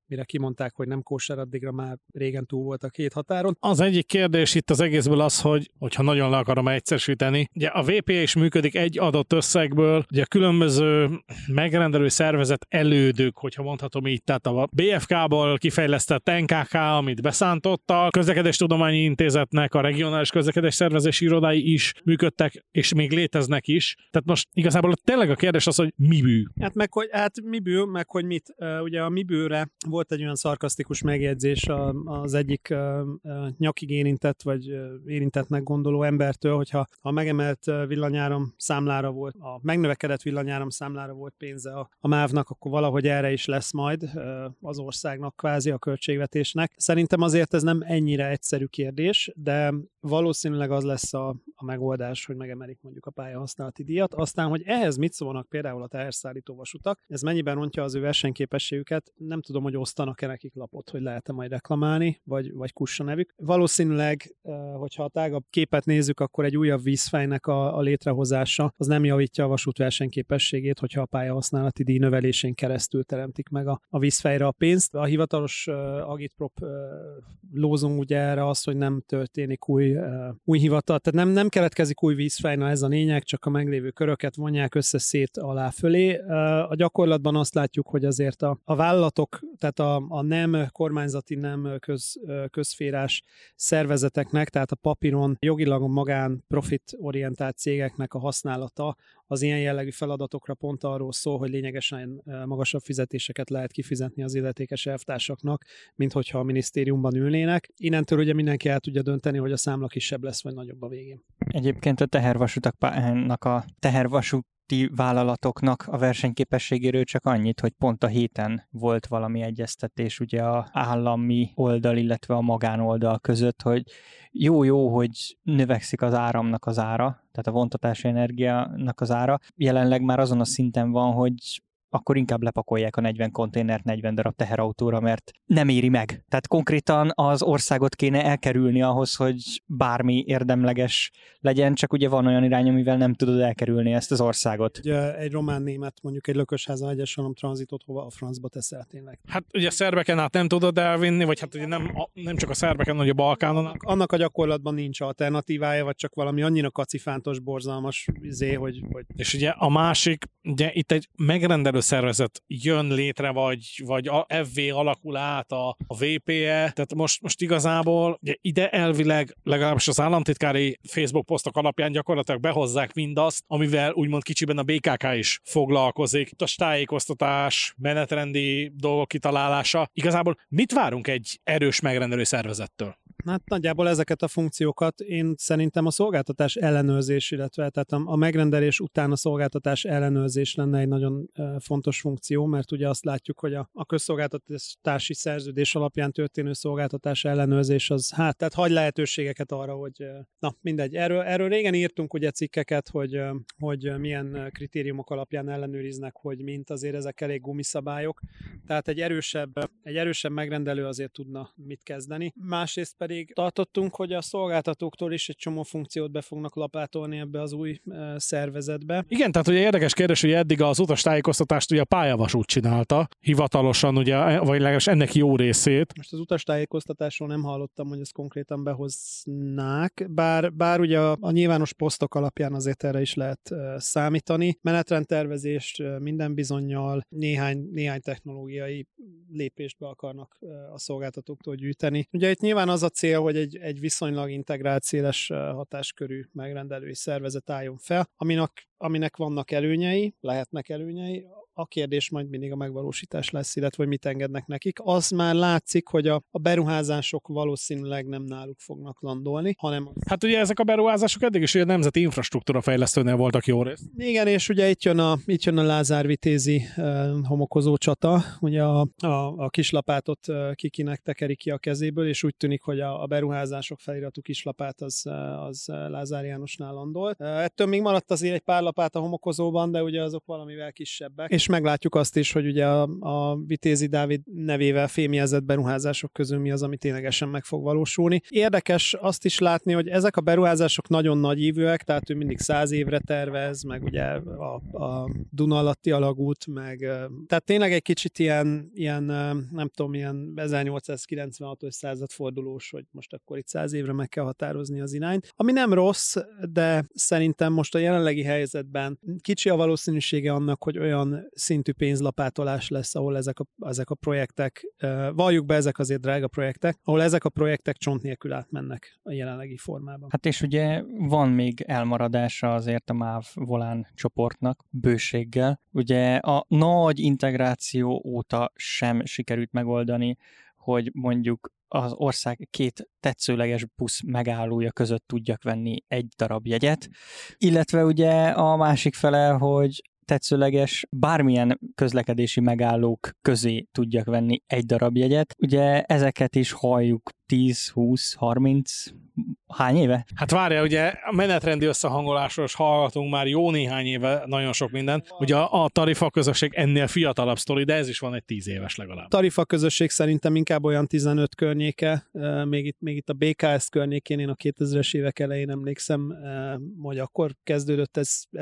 mire kimondták, hogy nem kóser, addigra már régen túl volt a két határon. Az egyik kérdés itt az egészből az, hogyha nagyon le akarom egyszerűsíteni, ugye a VPA is működik egy adott összegből, ugye a különböző megrendelő szervezet elődök, hogyha mondhatom így, tehát a BFK-ból kifejlesztett NKK, amit beszántotta, a Közlekedéstudományi Intézetnek a regionális közlekedés szervezési irodái is működtek, és még léteznek is. Tehát most igazából tényleg a kérdés az, hogy mi bű. Hát mi bű, meg hogy mit. Ugye a mi bűre volt egy olyan szarkasztikus megjegyzés az egyik nyakig érintett, vagy érintettnek gondoló embertől, hogyha a megemelt villanyáram számlára volt, a megnövekedett villanyáram számlára volt pénze a MÁV-nak, akkor valahogy erre is lesz majd az országnak, kvázi a költségvetésnek. Szerintem azért ez nem ennyire egyszerű kérdés, de valószínűleg az lesz a megoldás, hogy megemelik mondjuk a pályahasználati díjat. Aztán, hogy ehhez mit szólnak például a teherszállító vasutak, ez mennyiben rontja az ő versenyképességüket, nem tudom, hogy osztanak-e nekik lapot, hogy lehet-e majd reklamálni, vagy kussa nevük. Valószínűleg, hogyha a tágabb képet nézzük, akkor egy újabb vízfejnek a létrehozása az nem javítja a vasút versenyképességét, hogyha a pályahasználati díj növelésén keresztül teremtik meg a vízfejre a pénzt. A hivatalos agitprop lózunk ugye erre az, hogy nem történik új hivatal, tehát nem keletkezik új vízfej, na ez a lényeg, csak a meglévő köröket vonják össze szét alá fölé. A gyakorlatban azt látjuk, hogy azért a vállalatok, tehát a nem kormányzati, nem közszférás szervezeteknek, tehát a papíron jogilag magán profitorientált cégeknek a használata az ilyen jellegű feladatokra pont arról szól, hogy lényegesen magasabb fizetéseket lehet kifizetni az illetékes elvtársaknak, mint hogyha a minisztériumban ülnének. Innentől ugye mindenki el tudja dönteni, hogy a számla kisebb lesz, vagy nagyobb a végén. Egyébként a tehervasúti vállalatoknak a versenyképességéről csak annyit, hogy pont a héten volt valami egyeztetés ugye az állami oldal, illetve a magánoldal között, hogy jó, hogy növekszik az áramnak az ára, tehát a vontatási energiának az ára. Jelenleg már azon a szinten van, hogy akkor inkább lepakolják a 40 konténert 40 darab teherautóra, mert nem éri meg. Tehát konkrétan az országot kéne elkerülni ahhoz, hogy bármi érdemleges legyen, csak ugye van olyan irány, amivel nem tudod elkerülni ezt az országot. Ugye egy román-német, mondjuk egy Lökösháza egyes tranzitot hova a francba teszel tényleg? Hát ugye szerbeken át nem tudod elvinni, vagy hát ugye nem csak a szerbeken, vagy a Balkánon. Annak a gyakorlatban nincs alternatívája, vagy csak valami annyira kacifántos, borzalmas hogy... És ugye a másik, ugye itt egy megrendelő szervezet jön létre, vagy a FV alakul át a VPE, tehát most igazából ugye ide elvileg legalábbis az államtitkári Facebook posztok alapján gyakorlatilag behozzák mindazt, amivel úgymond kicsiben a BKK is foglalkozik. A tájékoztatás, menetrendi dolgok kitalálása. Igazából mit várunk egy erős megrendelő szervezettől? Hát nagyjából ezeket a funkciókat én szerintem a szolgáltatás ellenőrzés, illetve tehát a megrendelés után a szolgáltatás ellenőrzés lenne egy nagyon fontos funkció, mert ugye azt látjuk, hogy a közszolgáltatási szerződés alapján történő szolgáltatás ellenőrzés az tehát hagy lehetőségeket arra, hogy na mindegy. Erről régen írtunk ugye cikkeket, hogy milyen kritériumok alapján ellenőriznek, hogy mint azért ezek elég gumiszabályok. Tehát egy erősebb megrendelő azért tudna mit kezdeni. Másrészt pedig tartottunk, hogy a szolgáltatóktól is egy csomó funkciót be fognak lapátolni ebbe az új szervezetbe. Igen, tehát ugye érdekes kérdés, hogy eddig az utastájékoztatást ugye a pályavasút csinálta, hivatalosan ugye, vagy legalábbis ennek jó részét. Most az utastájékoztatásról nem hallottam, hogy ezt konkrétan behoznák, bár ugye a nyilvános posztok alapján azért erre is lehet számítani. Menetrendtervezést minden bizonnyal néhány technológiai lépést be akarnak a szolgáltatóktól gyűjteni. Ugye itt nyilván az a cél, hogy egy viszonylag integrált, széles hatáskörű megrendelői szervezet álljon fel, aminek vannak előnyei, lehetnek előnyei. A kérdés majd mindig a megvalósítás lesz, illetve hogy mit engednek nekik. Az már látszik, hogy a beruházások valószínűleg nem náluk fognak landolni, hanem... Hát ugye ezek a beruházások eddig is ugye nemzeti infrastruktúra fejlesztőnél voltak jó részt. Igen, és ugye itt jön a Lázár Vitézi homokozó csata, ugye a kislapátot kikinek tekeri ki a kezéből, és úgy tűnik, hogy a beruházások feliratú kislapát az Lázár Jánosnál landol. Ettől még maradt azért egy pár lapát a homokozóban, de ugye azok valamivel kisebbek. És és meglátjuk azt is, hogy ugye a Vitézi Dávid nevével fémjelzett beruházások közül mi az, ami ténylegesen meg fog valósulni. Érdekes azt is látni, hogy ezek a beruházások nagyon nagyívűek, tehát ő mindig 100 évre tervez, meg ugye a Duna alatti alagút, meg tehát tényleg egy kicsit ilyen nem tudom, ilyen 1896-os századfordulós, hogy most akkor itt 100 évre meg kell határozni az irányt. Ami nem rossz, de szerintem most a jelenlegi helyzetben kicsi a valószínűsége annak, hogy olyan szintű pénzlapátolás lesz, ahol ezek a projektek, valljuk be, ezek azért drága projektek, ahol ezek a projektek csont nélkül átmennek a jelenlegi formában. Hát és ugye van még elmaradása azért a MÁV Volán csoportnak bőséggel. Ugye a nagy integráció óta sem sikerült megoldani, hogy mondjuk az ország 2 tetszőleges busz megállója között tudjak venni egy darab jegyet, illetve ugye a másik fele, hogy tetszőleges bármilyen közlekedési megállók közé tudjak venni egy darab jegyet. Ugye ezeket is halljuk 10, 20, 30, hány éve? Hát várjál, ugye a menetrendi összehangolásról is hallgatunk már jó néhány éve nagyon sok mindent. Ugye a tarifa közösség ennél fiatalabb sztori, de ez is van egy 10 éves legalább. Tarifa közösség szerintem inkább olyan 15 környéke, még itt a BKS környékén én a 2000-es évek elején emlékszem, hogy akkor kezdődött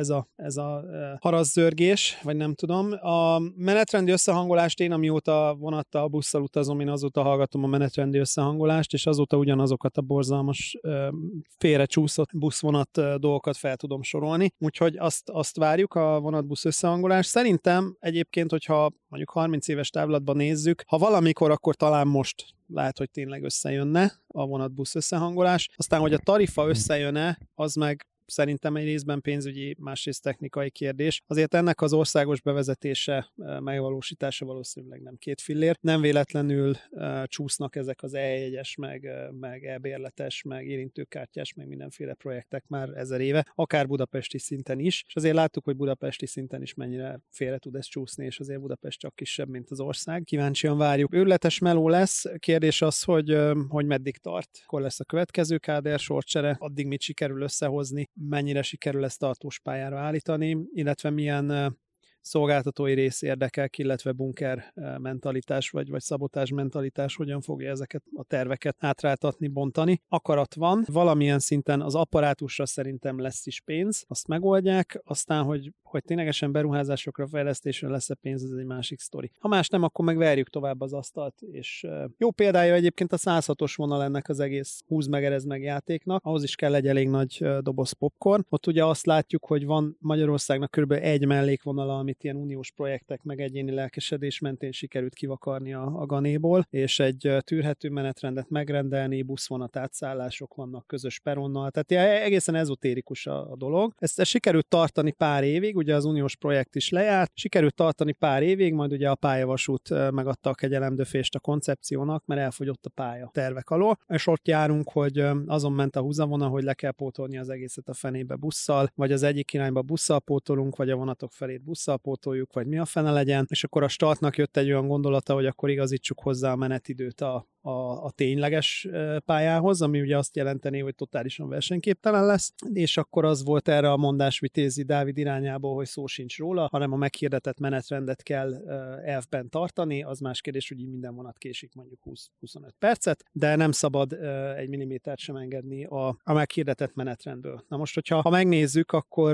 ez a harasszörgés, vagy nem tudom. A menetrendi összehangolást én, amióta vonattal, busszal utazom, én azóta hallgatom a menetrendi összehangolást, és azóta ugyanazokat a borzalmas félrecsúszott buszvonat dolgokat fel tudom sorolni. Úgyhogy azt várjuk, a vonatbusz összehangolás. Szerintem egyébként, hogyha mondjuk 30 éves távlatban nézzük, ha valamikor, akkor talán most lehet, hogy tényleg összejönne a vonatbusz összehangolás. Aztán, hogy a tarifa összejönne, az meg szerintem egy részben pénzügyi, másrészt technikai kérdés. Azért ennek az országos bevezetése, megvalósítása valószínűleg nem 2 fillér. Nem véletlenül csúsznak ezek az e-jegyes, meg e-bérletes, meg érintőkártyás, meg mindenféle projektek már 1000 éve, akár budapesti szinten is. És azért láttuk, hogy budapesti szinten is mennyire félre tud ez csúszni, és azért Budapest csak kisebb, mint az ország. Kíváncsian várjuk. Őrületes meló lesz. Kérdés az, hogy meddig tart. Hol lesz a következő káder sorcsere, addig mit sikerül összehozni, mennyire sikerül ezt tartós pályára állítani, illetve milyen szolgáltatói rész érdekel, illetve bunker mentalitás, vagy szabotás mentalitás, hogyan fogja ezeket a terveket átráltatni, bontani. Akarat van, valamilyen szinten az apparátusra szerintem lesz is pénz, azt megoldják, aztán, hogy ténylegesen beruházásokra, fejlesztésre lesz-e pénz, ez egy másik sztori. Ha más nem, akkor meg verjük tovább az asztalt, és jó példája egyébként a 106-os vonal ennek az egész húz meg, erez meg játéknak, ahhoz is kell egy elég nagy doboz popcorn. Ott ugye azt látjuk, hogy van Magyarországnak kb. Egy mellékvonala, amit ilyen uniós projektek meg egyéni lelkesedés mentén sikerült kivakarni a ganéból, és egy tűrhető menetrendet megrendelni, buszvonat átszállások vannak közös peronnal, tehát egészen ezotérikus a dolog. Ezt sikerült tartani pár évig, ugye az uniós projekt is lejárt, sikerült tartani pár évig, majd ugye a pályavasút megadta a kegyelemdöfést a koncepciónak, mert elfogyott a pálya tervek alól, és ott járunk, hogy azon ment a húzavona, hogy le kell pótolni az egészet a fenébe busszal, vagy az egyik irányba busszal pótolunk, vagy a vonatok felét busszal pótoljuk, vagy mi a fene legyen, és akkor a startnak jött egy olyan gondolata, hogy akkor igazítsuk hozzá a menetidőt a tényleges pályához, ami ugye azt jelenteni, hogy totálisan versenyképtelen lesz, és akkor az volt erre a mondás Vitézi Dávid irányából, hogy szó sincs róla, hanem a meghirdetett menetrendet kell elfben tartani, az más kérdés, hogy így minden vonat késik mondjuk 20-25 percet, de nem szabad egy millimétert sem engedni a meghirdetett menetrendből. Na most, hogyha megnézzük,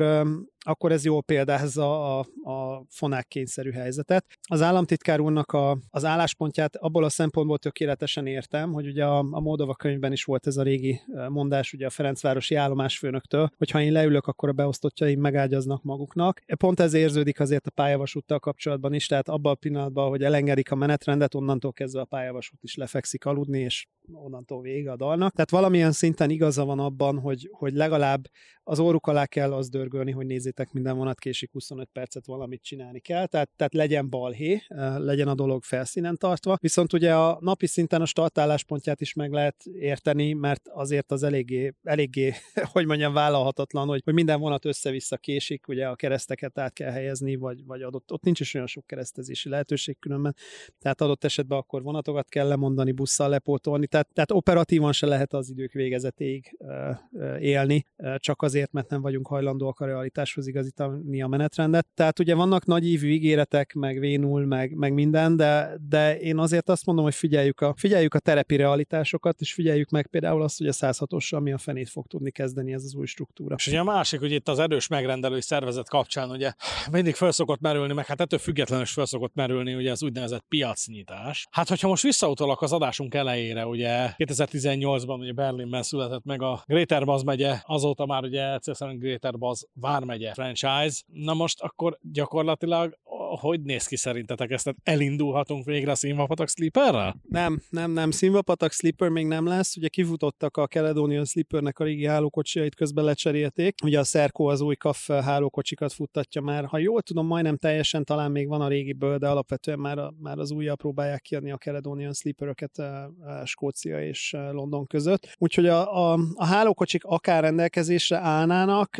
akkor ez jól példázza a fonák kényszerű helyzetet. Az államtitkár úrnak az álláspontját abból a szempontból tökéletesen értem, hogy ugye a Moldova könyvben is volt ez a régi mondás, ugye a Ferencvárosi állomásfőnöktől, hogy ha én leülök, akkor a beosztottjaim megágyaznak maguknak. Pont ez érződik azért a pályavasúttal kapcsolatban is, tehát abban a pillanatban, hogy elengedik a menetrendet, onnantól kezdve a pályavasút is lefekszik aludni, és onnantól vége a dalnak. Tehát valamilyen szinten igaza van abban, hogy legalább az óruk alá kell azt dörgölni, hogy nézzétek, minden vonat késik 25 percet, valamit csinálni kell, tehát legyen balhé, legyen a dolog felszínen tartva. Viszont ugye a napi szinten a startálláspontját is meg lehet érteni, mert azért az eléggé hogy mondjam, vállalhatatlan, hogy minden vonat össze-vissza késik, ugye a kereszteket át kell helyezni, vagy ott nincs is olyan sok keresztezési lehetőség különben, tehát adott esetben akkor vonatokat kell lemondani, busszal lepótolni, tehát operatívan se lehet az idők végezetéig élni, csak azért, azért, mert nem vagyunk hajlandóak a realitáshoz igazítani a menetrendet. Tehát ugye vannak nagyívű ígéretek, meg V0, meg minden, de én azért azt mondom, hogy figyeljük a terepi realitásokat, és figyeljük meg például azt, hogy a 106-ossal mi a fenét fog tudni kezdeni ez az új struktúra. És ugye a másik, hogy itt az erős megrendelői szervezet kapcsán ugye mindig föl szokott merülni, meg hát ettől függetlenül is föl szokott merülni ugye az úgynevezett piacnyitás. Hát, hogyha most visszautalak az adásunk elejére, ugye 2018-ban ugye Berlinben született meg a Greater Baz megye, azóta már ugye egyszerűen Greater Baz vármegye franchise. Na most akkor gyakorlatilag hogy néz ki szerintetek ezt? Tehát elindulhatunk végre a Színvapatak Sleeperrel? Nem. Színvapatak Sleeper még nem lesz. Ugye kifutottak a Caledonian Sleepernek a régi hálókocsijait, közben lecserélték. Ugye a Serco az új KAF hálókocsikat futtatja már. Ha jól tudom, majdnem teljesen, talán még van a régiből, de alapvetően már az újjal próbálják kiadni a Caledonian Sleeperöket Skócia és London között. Úgyhogy a hálókocsik akár rendelkezésre állnának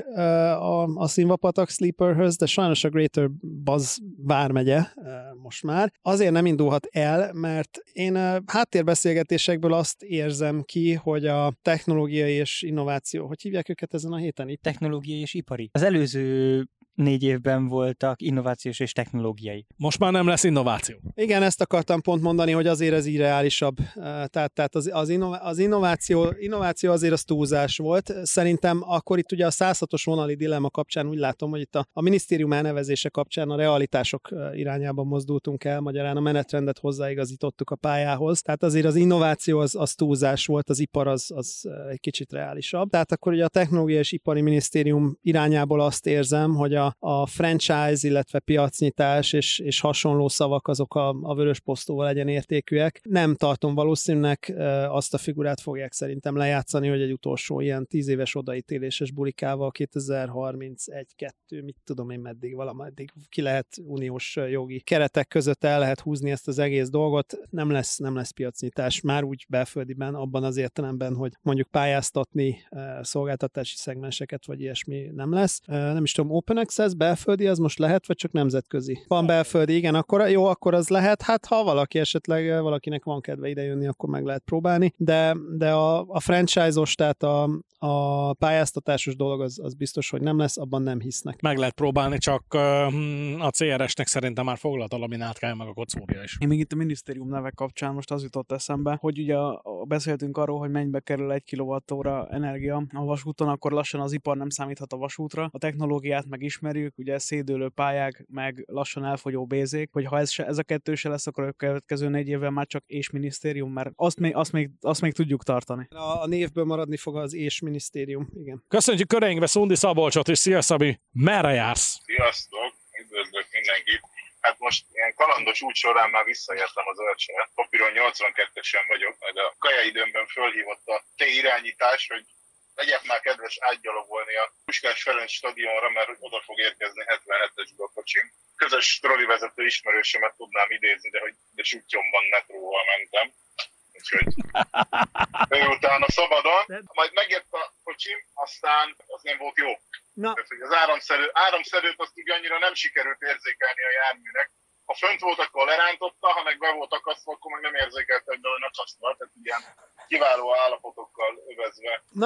a Színvapatak Sleeperhöz, de sajnos a Greater Baz vármegye most már. Azért nem indulhat el, mert én háttérbeszélgetésekből azt érzem ki, hogy a technológiai és innováció, hogy hívják őket ezen a héten itt? Technológiai és ipari. Az előző 4 évben voltak innovációs és technológiai. Most már nem lesz innováció. Igen, ezt akartam pont mondani, hogy azért ez irreálisabb. Tehát az innováció azért az túlzás volt. Szerintem akkor itt ugye a 106-os vonali dilemma kapcsán úgy látom, hogy itt a minisztérium elnevezése kapcsán a realitások irányában mozdultunk el, magyarán a menetrendet hozzáigazítottuk a pályához. Tehát azért az innováció az túlzás volt, az ipar az egy kicsit reálisabb. Tehát akkor ugye a Technológiai és Ipari Minisztérium irányából azt érzem, hogy a franchise, illetve piacnyitás és hasonló szavak azok a vörös posztóval legyen értékűek. Nem tartom valószínűnek, azt a figurát fogják szerintem lejátszani, hogy egy utolsó ilyen 10 éves odaítéléses bulikával 2031-2, mit tudom én meddig, valameddig ki lehet uniós jogi keretek között el lehet húzni ezt az egész dolgot. Nem lesz piacnyitás, már úgy belföldiben, abban az értelemben, hogy mondjuk pályáztatni szolgáltatási szegmenseket, vagy ilyesmi nem lesz. Nem is tudom, Open Access, belföldi, az most lehet, vagy csak nemzetközi? Van belföldi, igen, akkor az lehet. Hát ha valaki esetleg, valakinek van kedve idejönni, akkor meg lehet próbálni, de a franchise-os, tehát a pályáztatásos dolog az biztos, hogy nem lesz, abban nem hisznek. Meg lehet próbálni, csak a CRS-nek szerintem már foglalt a laminátkája meg a kocúrja is. Én még itt a minisztérium nevek kapcsán most az jutott eszembe, hogy ugye beszéltünk arról, hogy mennyibe kerül 1 kWh energia a vasúton, akkor lassan az ipar nem számíthat a vasútra. A technológiát megismerjük, ugye szédülő pályák, meg lassan elfogyó bézék, hogy ha ez a kettő se lesz, akkor a következő 4 évben már csak és minisztérium, mert azt még tudjuk tartani. A névből maradni fog az és minisztérium, igen. Köszönjük köreinkbe Szundi Szabolcsot, és szia Szabi, merre jársz? Sziasztok, üdvözlök mindenkit. Hát most ilyen kalandos út során már visszaértem az Örcsre. Papíron 82-esen vagyok, majd a kajaidőmben fölhívott a te irányítás, hogy legyek már kedves átgyalogolni a Puskás Ferenc stadionra, mert oda fog érkezni 77-es kocsim. Közös trollivezető ismerősömet tudnám idézni, de hogy de Suttyomban metróval mentem. Úgyhogy ő utána szabadon. Majd megért a kocsim, aztán az nem volt jó. Tehát, hogy az áramszedőt azt ugye annyira nem sikerült érzékelni a járműnek. Ha fönt volt, akkor lerántotta, ha meg be volt akasztva, akkor meg nem érzékelte, hogy belőle akasztva. Tehát ilyen kiváló állapotokkal övezve. Na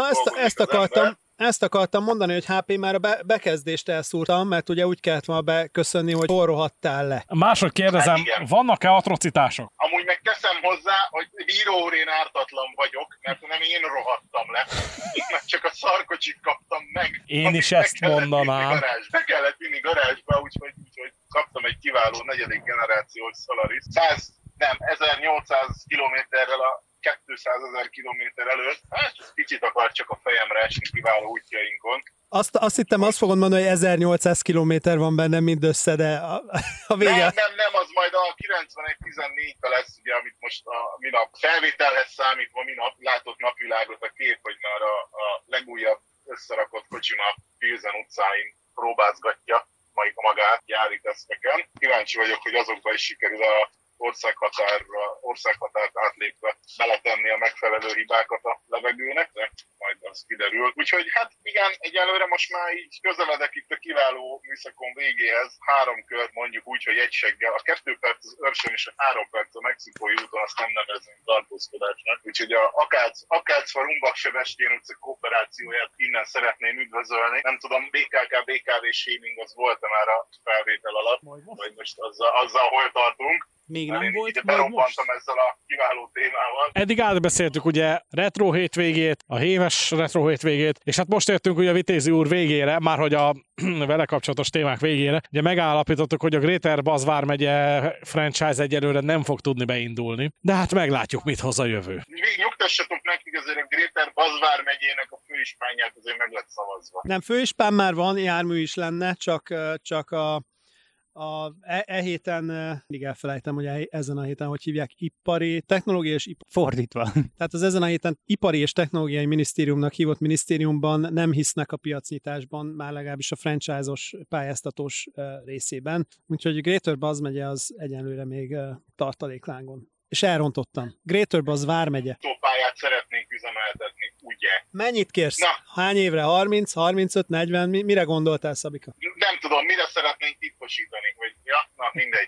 ezt akartam mondani, hogy HP már a bekezdést elszúrtam, mert ugye úgy kellett volna beköszönni, hogy hol rohadtál le. Másod kérdezem, hát vannak-e atrocitások? Amúgy meg teszem hozzá, hogy bíró úr, én ártatlan vagyok, mert nem én rohadtam le. Én meg csak a szarkocsit kaptam meg. Én is ezt mondanám. Be kellett vinni garázsba, úgyhogy kaptam egy kiváló 4. generációs Solaris. 1800 kilométerrel a 200 000 kilométer előtt. Hát kicsit akar csak a fejemre esni kiváló útjainkon. Azt hittem, azt fogod mondani, hogy 1800 kilométer van benne mindössze, de a vége... Nem, az majd a 91-14-ben lesz, ugye, amit most a minap felvételhez számítva minap látott napvilágot a kép, hogy már a legújabb összerakott kocsim a Pilsen utcáin próbázgatja magát gyári teszteken. Kíváncsi vagyok, hogy azokban is sikerül a országhatárt átlépve beletenni a megfelelő hibákat a levegőnek, de majd az kiderül. Úgyhogy hát Igen, egyelőre most már így közeledek itt a kiváló műszakon végéhez. 3 kört mondjuk úgy, hogy egy seggel. A 2 perc az Őrsön és a 3 perc a Mexikói úton, azt nem nevezném tartózkodásnak. Úgyhogy a Akácfa-Rumbach-Sebestyén utca kooperációját innen szeretném üdvözölni. Nem tudom, BKV shaming az volt-e már a felvétel alatt, vagy most azzal hol tartunk. Még nem volt, ide berobbantam ezzel a kiváló témával. Eddig átbeszéltük ugye retro hétvégét, a héves retro hétvégét, és hát most értünk ugye a Vitézi úr végére, már hogy a vele kapcsolatos témák végére. Ugye megállapítottuk, hogy a Greater Baz vármegye franchise egyelőre nem fog tudni beindulni, de hát meglátjuk, mit hoz a jövő. Nyugtassatok nekik, azért a Greater Baz vármegyének a főispánját azért meg lett szavazva. Nem, főispán már van, jármű is lenne, csak e héten, mindig elfelejtem, hogy ezen a héten, hogy hívják, technológiai és Fordítva. Tehát az ezen a héten ipari és technológiai minisztériumnak hívott minisztériumban nem hisznek a piacnyitásban, már legalábbis a franchise-os pályáztatós részében. Úgyhogy Greater Baz megye az egyenlőre még tartaléklángon. És elrontottam. Greater Baz vármegye. Pályát szeretnénk üzemeltetni, ugye? Mennyit kérsz? Na. Hány évre? 30, 35, 40? Mire gondoltál, Szabika? Nem tudom, mire szeretnénk titkosítani, vagy na mindegy.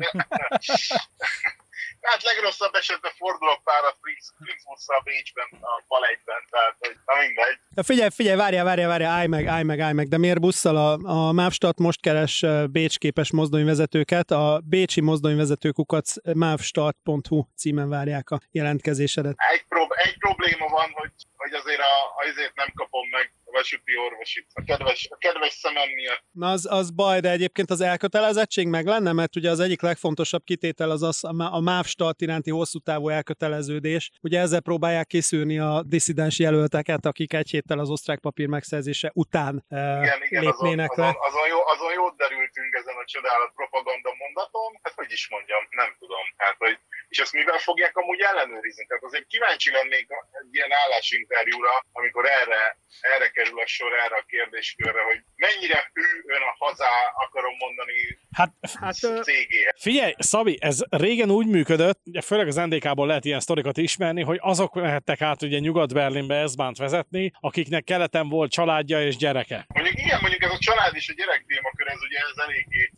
Hát legrosszabb esetben fordulok párat Fritzbusszal Bécsben, a Balegyben, tehát hogy mindegy. Figyelj, várjál, állj meg, de miért busszal? A Mávstadt most keres Bécs-képes mozdonyvezetőket, a bécsi mozdonyvezetőkukac mávstadt.hu címen várják a jelentkezésedet. Egy probléma van, hogy azért nem kapom meg a vasúti orvosit, a kedves szemem miatt. Na az baj, de egyébként az elkötelezettség meg lenne, mert ugye az egyik legfontosabb kitétel az a Mávstadt iránti hosszú távú elköteleződés. Ugye ezzel próbálják kiszűrni a disszidens jelölteket, akik egy héttel az osztrák papír megszerzése után lépnének le. Azon jót derültünk ezen a csodálat propaganda mondaton, hát hogy is mondjam, nem tudom. Hát, és ezt mivel fogják amúgy ellenőrizni? Tehát azért kíváncsi lennék egy ilyen állásinterjúra, amikor erre kerül a sor, erre a kérdéskörre, hogy mennyire hű ön a hazá, akarom mondani, cégéhez. Figyelj, Szabi, ez régen úgy működött, ugye főleg az NDK-ból lehet ilyen sztorikat ismerni, hogy azok lehettek át ugye Nyugat-Berlinbe S-Bahnt vezetni, akiknek keleten volt családja és gyereke. Mondjuk ez a család és a gyerek témakör, ez ugye ez eléggé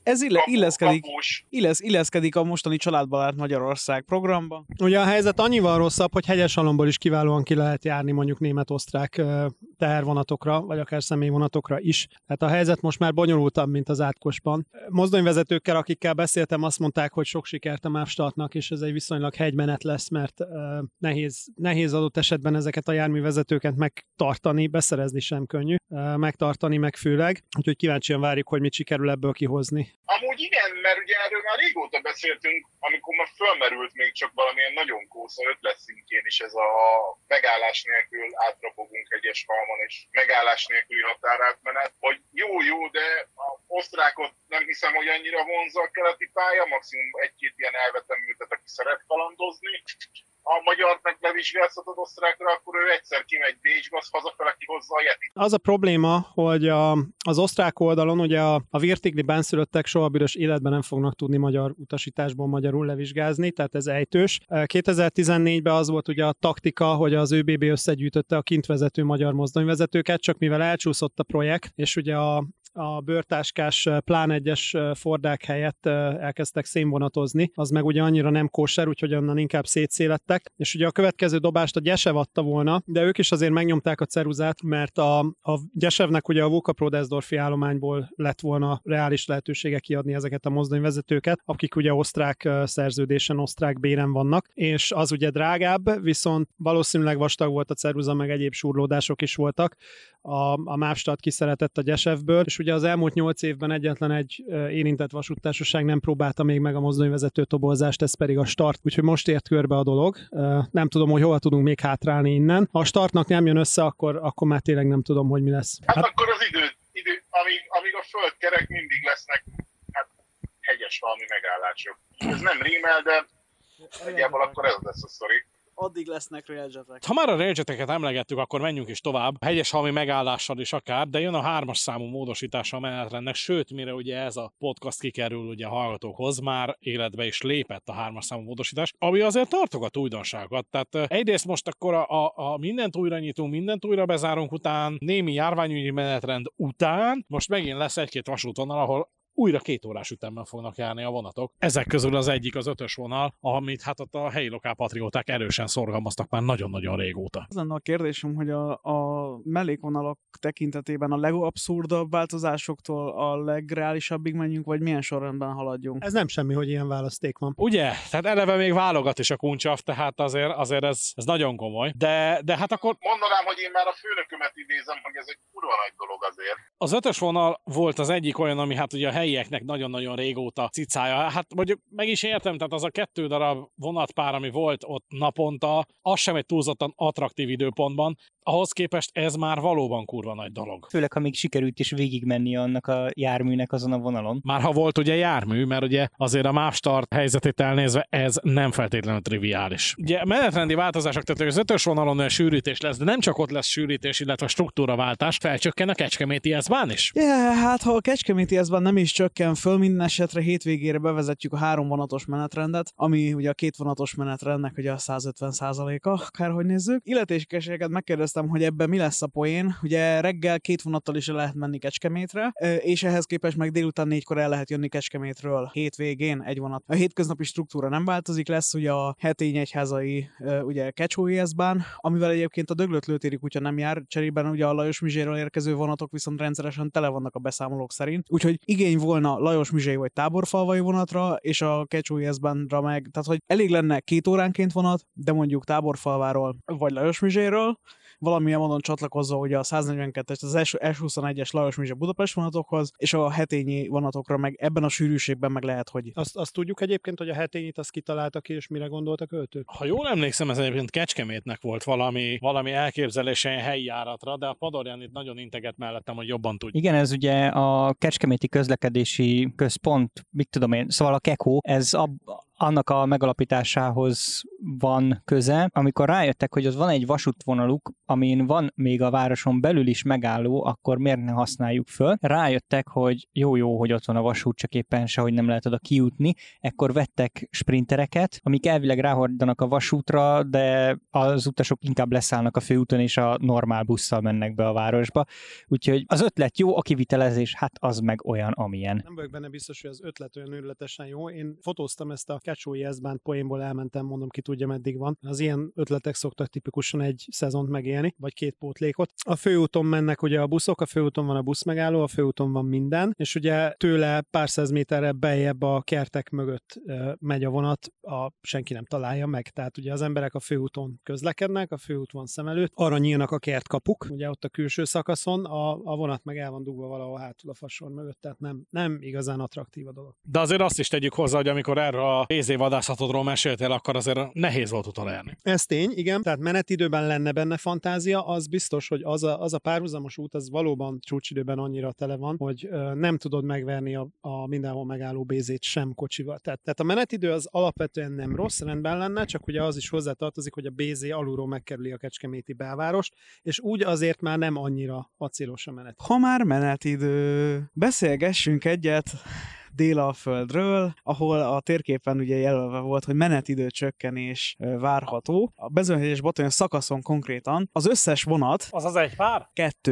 illeszkedik a mostani Családbarát Magyarország programba. Ugye a helyzet annyival rosszabb, hogy Hegyesalomból is kiválóan ki lehet járni mondjuk német-osztrák tehervonatokra, vagy akár személyvonatokra is. Tehát a helyzet most már bonyolultabb, mint az átkosban. Mozdonyvezetőkkel, akikkel beszéltem, azt mondták, hogy sok sikert a Mávstadtnak, és ez egy viszonylag hegymenet lesz, mert nehéz adott esetben ezeket a járművezetőket megtartani, beszerezni sem könnyű, megtartani meg főleg. Úgyhogy kíváncsian várjuk, hogy mit sikerül ebből kihozni. Amúgy igen, mert ugye erről már régóta beszéltünk, amikor már fölmerült még csak valamilyen nagyon kósza ötlet szintjén is ez a megállás nélkül átropogunk egyes halmon, és megállás nélküli határátmenet, hogy jó, de a osztrákot nem hiszem, hogy annyira vonzza a keleti pálya, maximum egy-két ilyen elvetemültet, aki szeret kalandozni. A magyart meg levizsgáltatod osztrákra, akkor ő egyszer kimegy Bécsbe, az hazafele kihozza a Yetit. Az a probléma, hogy az osztrák oldalon ugye a Virtigli benszülöttek soha büdös életben nem fognak tudni magyar utasításból magyarul levizsgázni, tehát ez ejtős. 2014-ben az volt ugye a taktika, hogy az ÖBB összegyűjtötte a kintvezető magyar mozdonyvezetőket, csak mivel elcsúszott a projekt, és ugye a bőrtáskás Plán 1-es Fordák helyett elkezdtek szénvonatozni, az meg ugye annyira nem kóser, úgyhogy onnan inkább szétszélettek, és ugye a következő dobást a Gyesev adta volna, de ők is azért megnyomták a ceruzát, mert a Gyesevnek ugye a Vuka-Prodesdorfi állományból lett volna reális lehetősége kiadni ezeket a mozdonyvezetőket, akik ugye osztrák szerződésen, osztrák béren vannak, és az ugye drágább, viszont valószínűleg vastag volt a ceruza, meg egyéb súrlódások is voltak. A Mávstadt kiszeretett a Gyesevből, és ugye az elmúlt 8 évben egyetlen egy érintett vasúttársaság nem próbálta még meg a mozdonyvezető tobolzást, ez pedig a Start, úgyhogy most ért körbe a dolog. Nem tudom, hogy hova tudunk még hátrálni innen. Ha a Startnak nem jön össze, akkor már tényleg nem tudom, hogy mi lesz. Hát akkor az idő amíg a föld kerek, mindig lesznek hegyes valami megállások. Ez nem rímel, de egyébként akkor ez lesz a sztori. Addig lesznek railjetek. Ha már a railjeteket emlegettük, akkor menjünk is tovább. Hegyeshalmi megállással is akár, de jön a 3-as számú módosítása a menetrendnek, sőt, mire ugye ez a podcast kikerül ugye a hallgatókhoz, már életbe is lépett a 3-as számú módosítás, ami azért tartogat újdonságokat. Tehát egyrészt most akkor a mindent újra nyitunk, mindent újra bezárunk után, némi járványügyi menetrend után, most megint lesz egy-két vasútvonal, ahol újra 2 órás ütemben fognak járni a vonatok. Ezek közül az egyik az 5-ös vonal, amit hát ott a helyi lokálpatrióták erősen szorgalmaztak már nagyon-nagyon régóta. Az lenne a kérdésem, hogy a mellékvonalak tekintetében a legabszurdabb változásoktól a legreálisabbig menjünk, vagy milyen sorrendben haladjunk? Ez nem semmi, hogy ilyen választék van. Ugye? Tehát eleve még válogat is a kuncsav, tehát azért ez nagyon komoly. De hát akkor... Mondanám, hogy én már a főnökömet idézem, hogy ez egy kurva nagy dolog azért. Az 5-ös vonal volt az egyik olyan, ami hát ugye a helyieknek nagyon-nagyon régóta cicája. Hát mondjuk meg is értem, tehát az a 2 darab vonatpár, ami volt ott naponta, az sem egy túlzottan attraktív időpontban. Ahhoz képest ez már valóban kurva nagy dolog. Főleg, ha még sikerült is végigmenni annak a járműnek azon a vonalon. Már ha volt ugye jármű, mert ugye azért a MÁV-start helyzetét elnézve ez nem feltétlenül triviális. Ugye menetrendi változások, tehát az 5-ös vonalon olyan sűrítés lesz, de nem csak ott lesz sűrítés, illetve struktúraváltás, felcsökken a Kecskeméti S-bán is. Hát ha a Kecskeméti S-bán nem is csökken föl, minden esetre hétvégére bevezetjük a 3 vonatos menetrendet, ami ugye a 2 vonatos menetrendnek ugye a 150%-a, akárhogy nézzük. Illetékeseket megkérdeztem, hogy ebben mi lesz a poén. Ugye reggel 2 vonattal is el lehet menni Kecskemétre, és ehhez képest meg délután 4-kor el lehet jönni Kecskemétről hétvégén 1 vonat. A hétköznapi struktúra nem változik, lesz ugye a Hetény egyházai ugye Kecsói S-bán, amivel egyébként a döglött lőtéri kutya nem jár, cserében ugye a Lajos Mizséről érkező vonatok viszont rendszeresen tele vannak a beszámolók szerint. Úgyhogy igény volna Lajos Mizsé vagy Táborfalvai vonatra, és a Kecsói S-bánra meg, tehát hogy elég lenne 2 óránként vonat, de mondjuk Táborfalváról vagy Lajos Mizséről, valamilyen módon csatlakozva ugye a 142-es, az S21-es Lajos Mizse Budapest vonatokhoz, és a hetényi vonatokra meg ebben a sűrűségben meg lehet, hogy... Azt tudjuk egyébként, hogy a hetényit azt kitalálta ki, és mire gondolt a költő? Ha jól emlékszem, ez egyébként Kecskemétnek volt valami elképzelése helyi járatra, de a Padorján itt nagyon integet mellettem, hogy jobban tudja. Igen, ez ugye a Kecskeméti Közlekedési Központ, mit tudom én, szóval a KEKO, ez annak a megalapításához van köze, amikor rájöttek, hogy ott van egy vasútvonaluk, amin van még a városon belül is megálló, akkor miért ne használjuk föl. Rájöttek, hogy jó, hogy ott van a vasút, csak éppen sehogy nem lehet oda kijutni, ekkor vettek sprintereket, amik elvileg ráhordanak a vasútra, de az utasok inkább leszállnak a főúton, és a normál busszal mennek be a városba. Úgyhogy az ötlet jó, a kivitelezés, hát az meg olyan, amilyen. Nem vagyok benne biztos, hogy az ötlet olyan őrületesen jó. Én fotóztam ezt a Kecsói S-bán, poénból elmentem, mondom, ki tudja, meddig van. Az ilyen ötletek szoktak tipikusan egy szezont megélni, vagy 2 pótlékot. A főúton mennek ugye a buszok, a főúton van a buszmegálló, a főúton van minden, és ugye tőle pár száz méterre beljebb a kertek mögött megy a vonat, senki nem találja meg. Tehát ugye az emberek a főúton közlekednek, a főút van szem előtt, arra nyílnak a kertkapuk, ugye ott a külső szakaszon, a vonat meg el van dugva valahol hátul a fasor mögött, tehát nem igazán attraktív a dolog. De azért azt is tegyük hozzá, hogy amikor erről a vadászatodról meséltél, akkor azért nehéz volt utolérni. Ez tény, igen. Tehát menetidőben lenne benne fantázia, az biztos, hogy az a párhuzamos út, az valóban csúcsidőben annyira tele van, hogy nem tudod megverni a mindenhol megálló bézét sem kocsival. Tehát a menetidő az alapvetően nem rossz, rendben lenne, csak ugye az is hozzátartozik, hogy a bézé alulról megkerüli a kecskeméti belvárost, és úgy azért már nem annyira acélos a menet. Ha már menetidő, beszélgessünk egyet Délalföldről, ahol a térképen ugye jelölve volt, hogy menetidő csökkenés várható. A Mezőhegyes Batonyi szakaszon konkrétan az összes vonat... Az egy pár?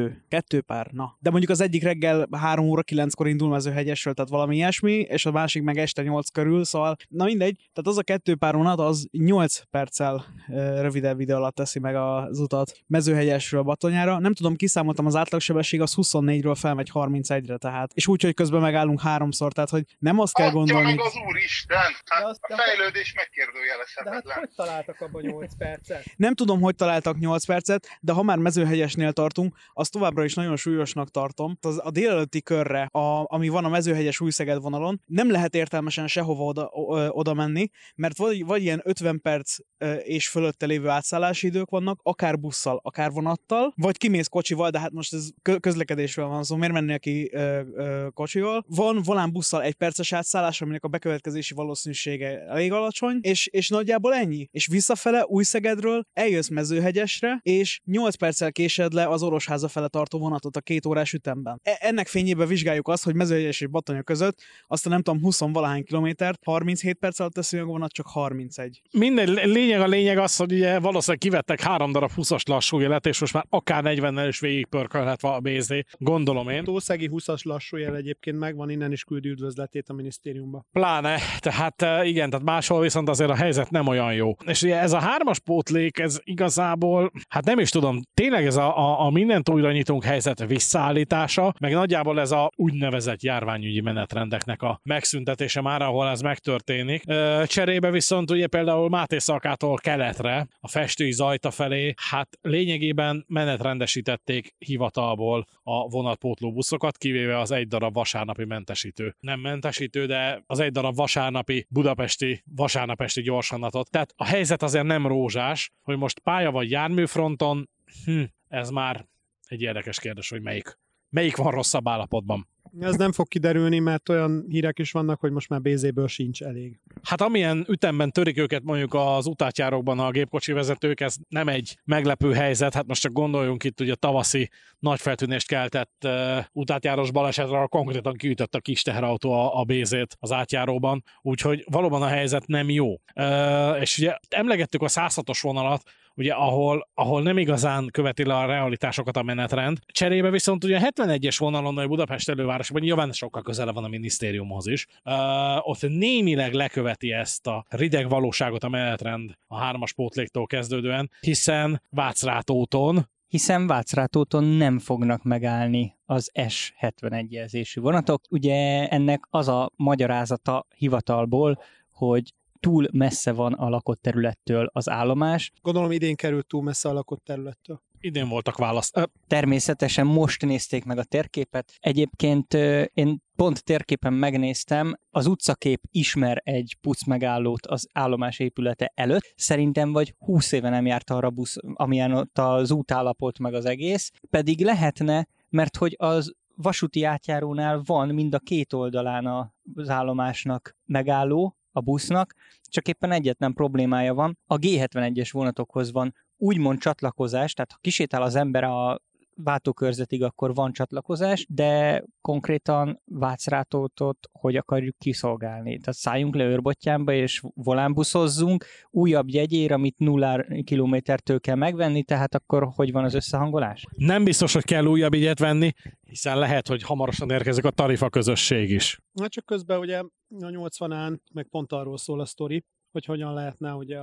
2 pár, na. De mondjuk az egyik reggel 3 óra 9-kor indul Mezőhegyesről, tehát valami ilyesmi, és a másik meg este 8 körül, szóval na mindegy. Tehát az a 2 pár vonat az 8 perccel rövidebb idő alatt teszi meg az utat Mezőhegyesről Batonyára. Nem tudom, kiszámoltam, az átlagsebesség az 24-ről felmegy 31-re, tehát. És úgy, hogy közben megállunk 3-szor, tehát hogy nem azt kell gondolni... Adja meg az Úristen! Hát a fejlődés megkérdőjelezhetetlen. De hát hogy találtak abban 8 percet? Nem tudom, hogy találtak 8 percet, de ha már Mezőhegyesnél tartunk, azt továbbra is nagyon súlyosnak tartom. A délelőtti körre, ami van a Mezőhegyes Újszeged vonalon, nem lehet értelmesen sehova oda menni, mert vagy ilyen 50 perc és fölötte lévő átszállási idők vannak, akár busszal, akár vonattal, vagy kimész kocsival, de hát most ez közlekedésről van szó, miért mennél ki kocsival. Van volán busszal 1 perces átszállás, aminek a bekövetkezési valószínűsége elég alacsony, és nagyjából ennyi. És visszafele Újszegedről eljössz Mezőhegyesre, és 8 perccel késed le az Orosháza fele tartó vonatot a 2 órás ütemben. Ennek fényében vizsgáljuk azt, hogy Mezőhegyes és Battanya között azt a nem tudom 20-valahány kilométert 37 perc alatt teszi meg a vonat, csak 31. Minden a lényeg az, hogy ugye valószínűleg kivettek 3 darab 20-as lassú jelet, és most már akár 40-nel is végigpörkölhetve a BZ, gondolom én. Tószegi 20-as lassú jel egyébként megvan, innen is küldi üdvözletét a minisztériumba. Pláne, tehát igen, tehát máshol viszont azért a helyzet nem olyan jó. És ugye ez a 3-as pótlék, ez igazából, hát nem is tudom, tényleg ez a mindent újra nyitunk helyzet visszaállítása, meg nagyjából ez a úgynevezett járványügyi menetrendeknek a megszüntetése már, ahol ez megtörténik. Cserébe viszont ugye például Máté Szalkától keletre, a Festői Zajta felé, hát lényegében menetrendesítették hivatalból a vonatpótló buszokat, kivéve az 1 darab vasárnapi mentesítő. Nem mentesítő, de az 1 darab vasárnapi vasárnapesti gyorsvonatot. Tehát a helyzet azért nem rózsás, hogy most pálya vagy járműfronton, ez már egy érdekes kérdés, hogy melyik van rosszabb állapotban. Ez nem fog kiderülni, mert olyan hírek is vannak, hogy most már BZ-ből sincs elég. Hát amilyen ütemben törik őket mondjuk az utátjárokban a gépkocsi vezetők, ez nem egy meglepő helyzet. Hát most csak gondoljunk itt ugye a tavaszi nagy feltűnést keltett utátjáros balesetre, ahol konkrétan kiütött a kis teherautó a BZ-t az átjáróban. Úgyhogy valóban a helyzet nem jó. És ugye emlegettük a 106-os vonalat, ugye, ahol nem igazán követi le a realitásokat a menetrend. Cserébe viszont ugye a 71-es vonalon, a Budapest elővárosban nyilván sokkal közelebb van a minisztériumhoz is. Ott némileg leköveti ezt a rideg valóságot a menetrend a 3-as pótléktól kezdődően, hiszen Vácrátóton nem fognak megállni az S71 jelzésű vonatok. Ugye ennek az a magyarázata hivatalból, hogy túl messze van a lakott területtől az állomás. Gondolom idén került túl messze a lakott területtől. Idén voltak választ. Természetesen most nézték meg a térképet. Egyébként én pont térképen megnéztem, az utcakép ismer egy puc megállót az állomás épülete előtt. Szerintem vagy 20 éve nem járt arra busz, amilyen ott az útállapot meg az egész. Pedig lehetne, mert hogy az vasúti átjárónál van mind a 2 oldalán az állomásnak megálló, a busznak, csak éppen egyetlen problémája van. A G71-es vonatokhoz van úgymond csatlakozás, tehát ha kisétál az ember a váltókörzetig, akkor van csatlakozás, de konkrétan Vácrátótot hogy akarjuk kiszolgálni? Tehát szálljunk le Őrbottyánba és volánbuszozzunk újabb jegyér, amit 0 kilométertől kell megvenni, tehát akkor hogy van az összehangolás? Nem biztos, hogy kell újabb jegyet venni, hiszen lehet, hogy hamarosan érkezik a tarifa közösség is. Na csak közben ugye a 80-án meg pont arról szól a sztori, hogy hogyan lehetne ugye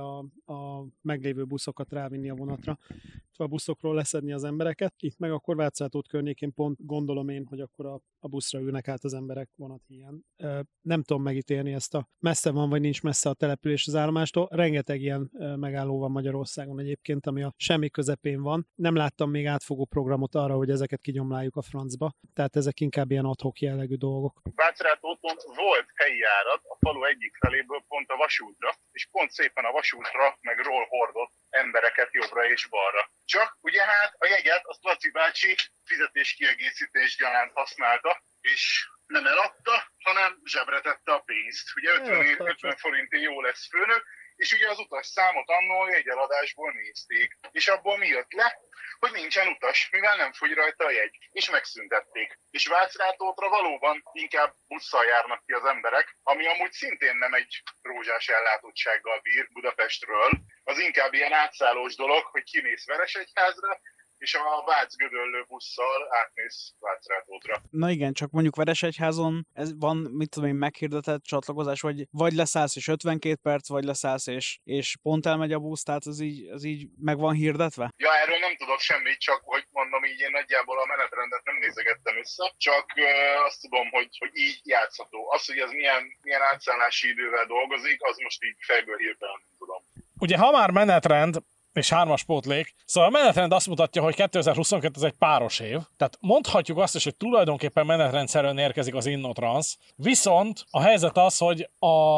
a meglévő buszokat rávinni a vonatra, a buszokról leszedni az embereket. Itt meg akkor Vácrátót környékén pont gondolom én, hogy akkor a buszra ülnek át az emberek vonat hiány. Nem tudom megítélni ezt messze van, vagy nincs messze a település az állomástól. Rengeteg ilyen megálló van Magyarországon egyébként, ami a semmi közepén van. Nem láttam még átfogó programot arra, hogy ezeket kinyomláljuk a francba. Tehát ezek inkább ilyen ad-hoc jellegű dolgok. Vácrátóton volt helyi járat a falu egyik feléből pont a vasútra, és pont szépen a vasútra megról hordott embereket jobbra és balra. Csak ugye hát a jegyet azt Laci bácsi fizetéskiegészítés gyanánt használta, és nem eladta, hanem zsebre tette a pénzt. Ugye 50 forintért jó lesz főnök, és ugye az utas számot annól jegyeladásból nézték. És abból mi jött le? Hogy nincsen utas, mivel nem fogy rajta a jegy, és megszüntették. És Vácrátótra valóban inkább busszal járnak ki az emberek, ami amúgy szintén nem egy rózsás ellátottsággal bír Budapestről. Az inkább ilyen átszállós dolog, hogy kimész Veresegyházra, és a Vác-Gödöllő busszal átmész Vácrátótra. Na igen, csak mondjuk Veresegyházon ez van, mit tudom én, meghirdetett csatlakozás, vagy leszállsz és 52 perc, vagy leszállsz és pont elmegy a busz, tehát ez így meg van hirdetve? Ja, erről nem tudok semmit, csak hogy mondom így, én nagyjából a menetrendet nem nézegettem össze, csak azt tudom, hogy így játszható. Az, hogy ez milyen átszállási idővel dolgozik, az most így fejből hirtelen nem tudom. Ugye ha már menetrend, és 3-as pótlék. Szóval a menetrend azt mutatja, hogy 2022 ez egy páros év, tehát mondhatjuk azt is, hogy tulajdonképpen menetrendszerűen érkezik az InnoTrans, viszont a helyzet az, hogy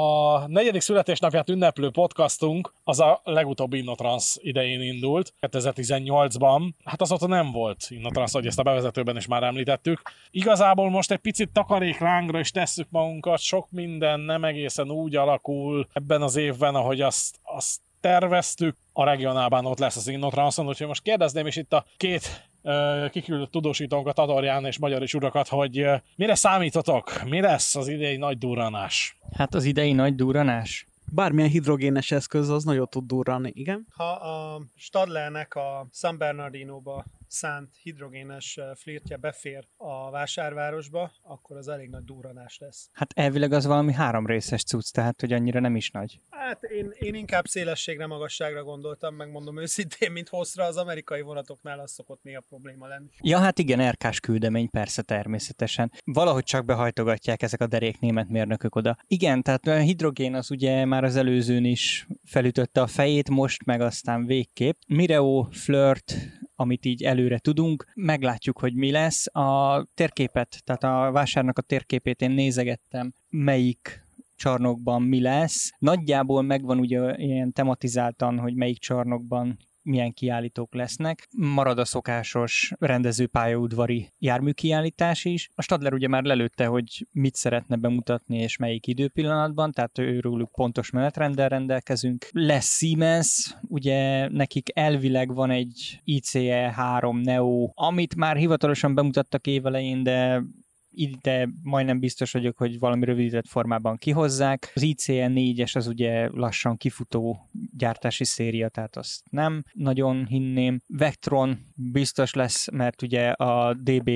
a 4. születésnapját ünneplő podcastunk az a legutóbbi InnoTrans idején indult, 2018-ban. Hát azóta nem volt InnoTrans, hogy ezt a bevezetőben is már említettük. Igazából most egy picit takaréklángra is tesszük magunkat, sok minden nem egészen úgy alakul ebben az évben, ahogy azt terveztük. A regionálban ott lesz az InnoTranson, úgyhogy most kérdezném is itt a két kiküldött tudósítónkat, Adorján és Magyarics urakat, hogy mire számítotok? Mi lesz az idei nagy durranás? Hát az idei nagy durranás? Bármilyen hidrogénes eszköz az nagyon tud durrani, igen? Ha a Stadlernek a San Bernardinóba szánt hidrogénes flirtje befér a vásárvárosba, akkor az elég nagy durranás lesz. Hát elvileg az valami 3 részes cucc, tehát hogy annyira nem is nagy. Hát én inkább szélességre, magasságra gondoltam, megmondom őszintén, mint hosszra. Az amerikai vonatoknál az szokott néha probléma lenni. Ja, hát igen, RK-s küldemény, persze, természetesen. Valahogy csak behajtogatják ezek a derék német mérnökök oda. Igen, tehát a hidrogén az ugye már az előzőn is felütötte a fejét, most meg aztán végképp. Mireo, Flirt, amit így előre tudunk, meglátjuk, hogy mi lesz. A térképet, tehát a vásárnak a térképét én nézegettem, melyik csarnokban mi lesz. Nagyjából megvan ugye ilyen tematizáltan, hogy melyik csarnokban milyen kiállítók lesznek. Marad a szokásos rendezőpályaudvari járműkiállítás is. A Stadler ugye már lelőtte, hogy mit szeretne bemutatni és melyik időpillanatban, tehát őrülük pontos menetrenddel rendelkezünk. Lesz Siemens, ugye nekik elvileg van egy ICE 3 Neo, amit már hivatalosan bemutattak évelején, de ide majdnem biztos vagyok, hogy valami rövidített formában kihozzák. Az ICE 4-es az ugye lassan kifutó gyártási széria, tehát azt nem nagyon hinném. Vectron biztos lesz, mert ugye a